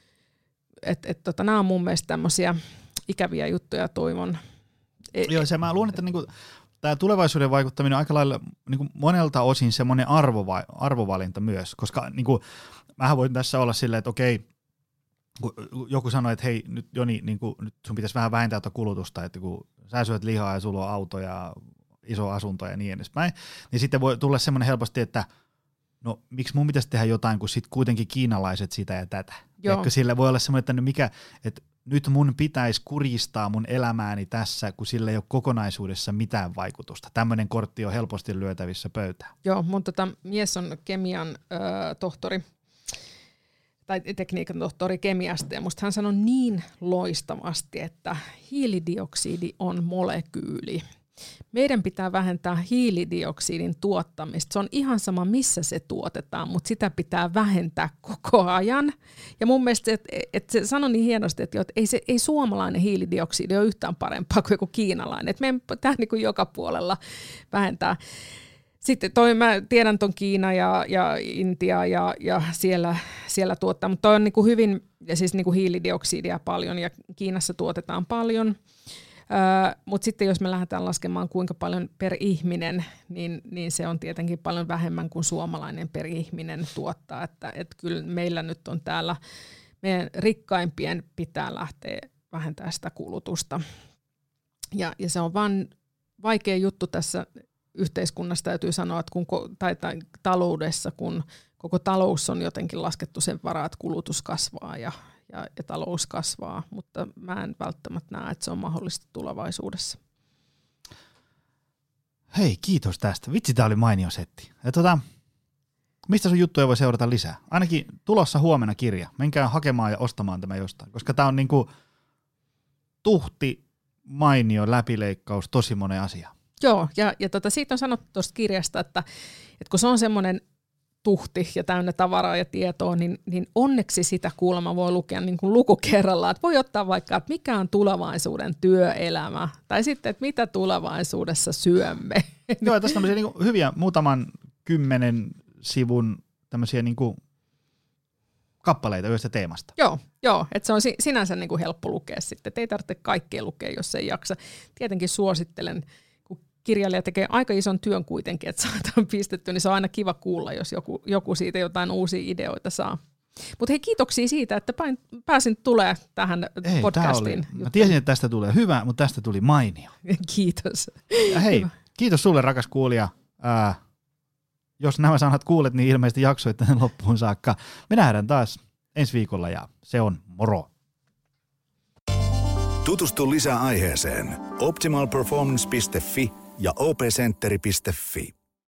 C: Nämä on mun mielestä tämmöisiä ikäviä juttuja, toivon.
B: Joo, se mä luulen, että niinku, tämä tulevaisuuden vaikuttaminen on aika lailla niinku monelta osin semmoinen arvovalinta myös, koska niinku, mähän voin tässä olla silleen, että okei, kun joku sanoi, että hei, nyt Joni, niinku, nyt sun pitäisi vähän vähentää tuota kulutusta, että kun sä syöt lihaa ja sulla on auto ja iso asunto ja niin edespäin, niin sitten voi tulla semmoinen helposti, että no miksi mun pitäisi tehdä jotain, kun sitten kuitenkin kiinalaiset sitä ja tätä. Eikö sillä voi olla semmoinen, että nyt mun pitäisi kurjistaa mun elämääni tässä, kun sillä ei ole kokonaisuudessa mitään vaikutusta. Tämmöinen kortti on helposti lyötävissä pöytään.
C: Joo, mun mies on kemian tohtori, tai tekniikan tohtori kemiasta, ja musta hän sanoi niin loistavasti, että hiilidioksidi on molekyyli. Meidän pitää vähentää hiilidioksidin tuottamista. Se on ihan sama, missä se tuotetaan, mutta sitä pitää vähentää koko ajan. Ja mun mielestä, että se sanoi niin hienosti, että ei suomalainen hiilidioksidi ole yhtään parempaa kuin joku kiinalainen. Että meidän pitää niin kuin joka puolella vähentää. Sitten mä tiedän ton Kiina ja Intia ja siellä tuottaa, mutta toi on niin kuin hyvin, ja siis niin kuin hiilidioksidia paljon ja Kiinassa tuotetaan paljon. Mutta sitten jos me lähdetään laskemaan kuinka paljon per ihminen, niin se on tietenkin paljon vähemmän kuin suomalainen per ihminen tuottaa. Että kyllä meillä nyt on täällä, meidän rikkaimpien pitää lähteä vähentämään sitä kulutusta. Ja se on vaan vaikea juttu tässä yhteiskunnassa, täytyy sanoa, että tai taloudessa, kun koko talous on jotenkin laskettu sen varaa, että kulutus kasvaa ja talous kasvaa, mutta mä en välttämättä näe, että se on mahdollista tulevaisuudessa.
B: Hei, kiitos tästä. Vitsi, tää oli mainio setti. Ja mistä sun juttuja voi seurata lisää? Ainakin tulossa huomenna kirja. Menkää hakemaan ja ostamaan tämä jostain, koska tää on niinku tuhti, mainio läpileikkaus tosi monen asia.
C: Joo, ja siitä on sanottu tuosta kirjasta, että kun se on semmoinen tuhti ja täynnä tavaraa ja tietoa, niin onneksi sitä kuulemma voi lukea niin kuin luku kerrallaan. Että voi ottaa vaikka, että mikä on tulevaisuuden työelämä, tai sitten, että mitä tulevaisuudessa syömme.
B: Joo, tässä on tämmöisiä niin hyviä muutaman 10 sivun tämmöisiä niin kuin kappaleita yhdestä teemasta.
C: Joo, että se on sinänsä niin kuin helppo lukea sitten. Et ei tarvitse kaikkea lukea, jos ei jaksa. Tietenkin suosittelen, kirjailija tekee aika ison työn kuitenkin, että saadaan pistetty, niin se on aina kiva kuulla, jos joku siitä jotain uusia ideoita saa. Mutta hei, kiitoksia siitä, että pääsin tulemaan tähän podcastiin.
B: Mä tiesin, että tästä tulee hyvä, mutta tästä tuli mainio.
C: Kiitos.
B: Ja hei, kiitos sulle, rakas kuulija. Jos nämä sanat kuulet, niin ilmeisesti jaksoit tänne loppuun saakka. Me nähdään taas ensi viikolla ja se on moro.
A: Tutustu lisää aiheeseen optimalperformance.fi ja opcenteri.fi.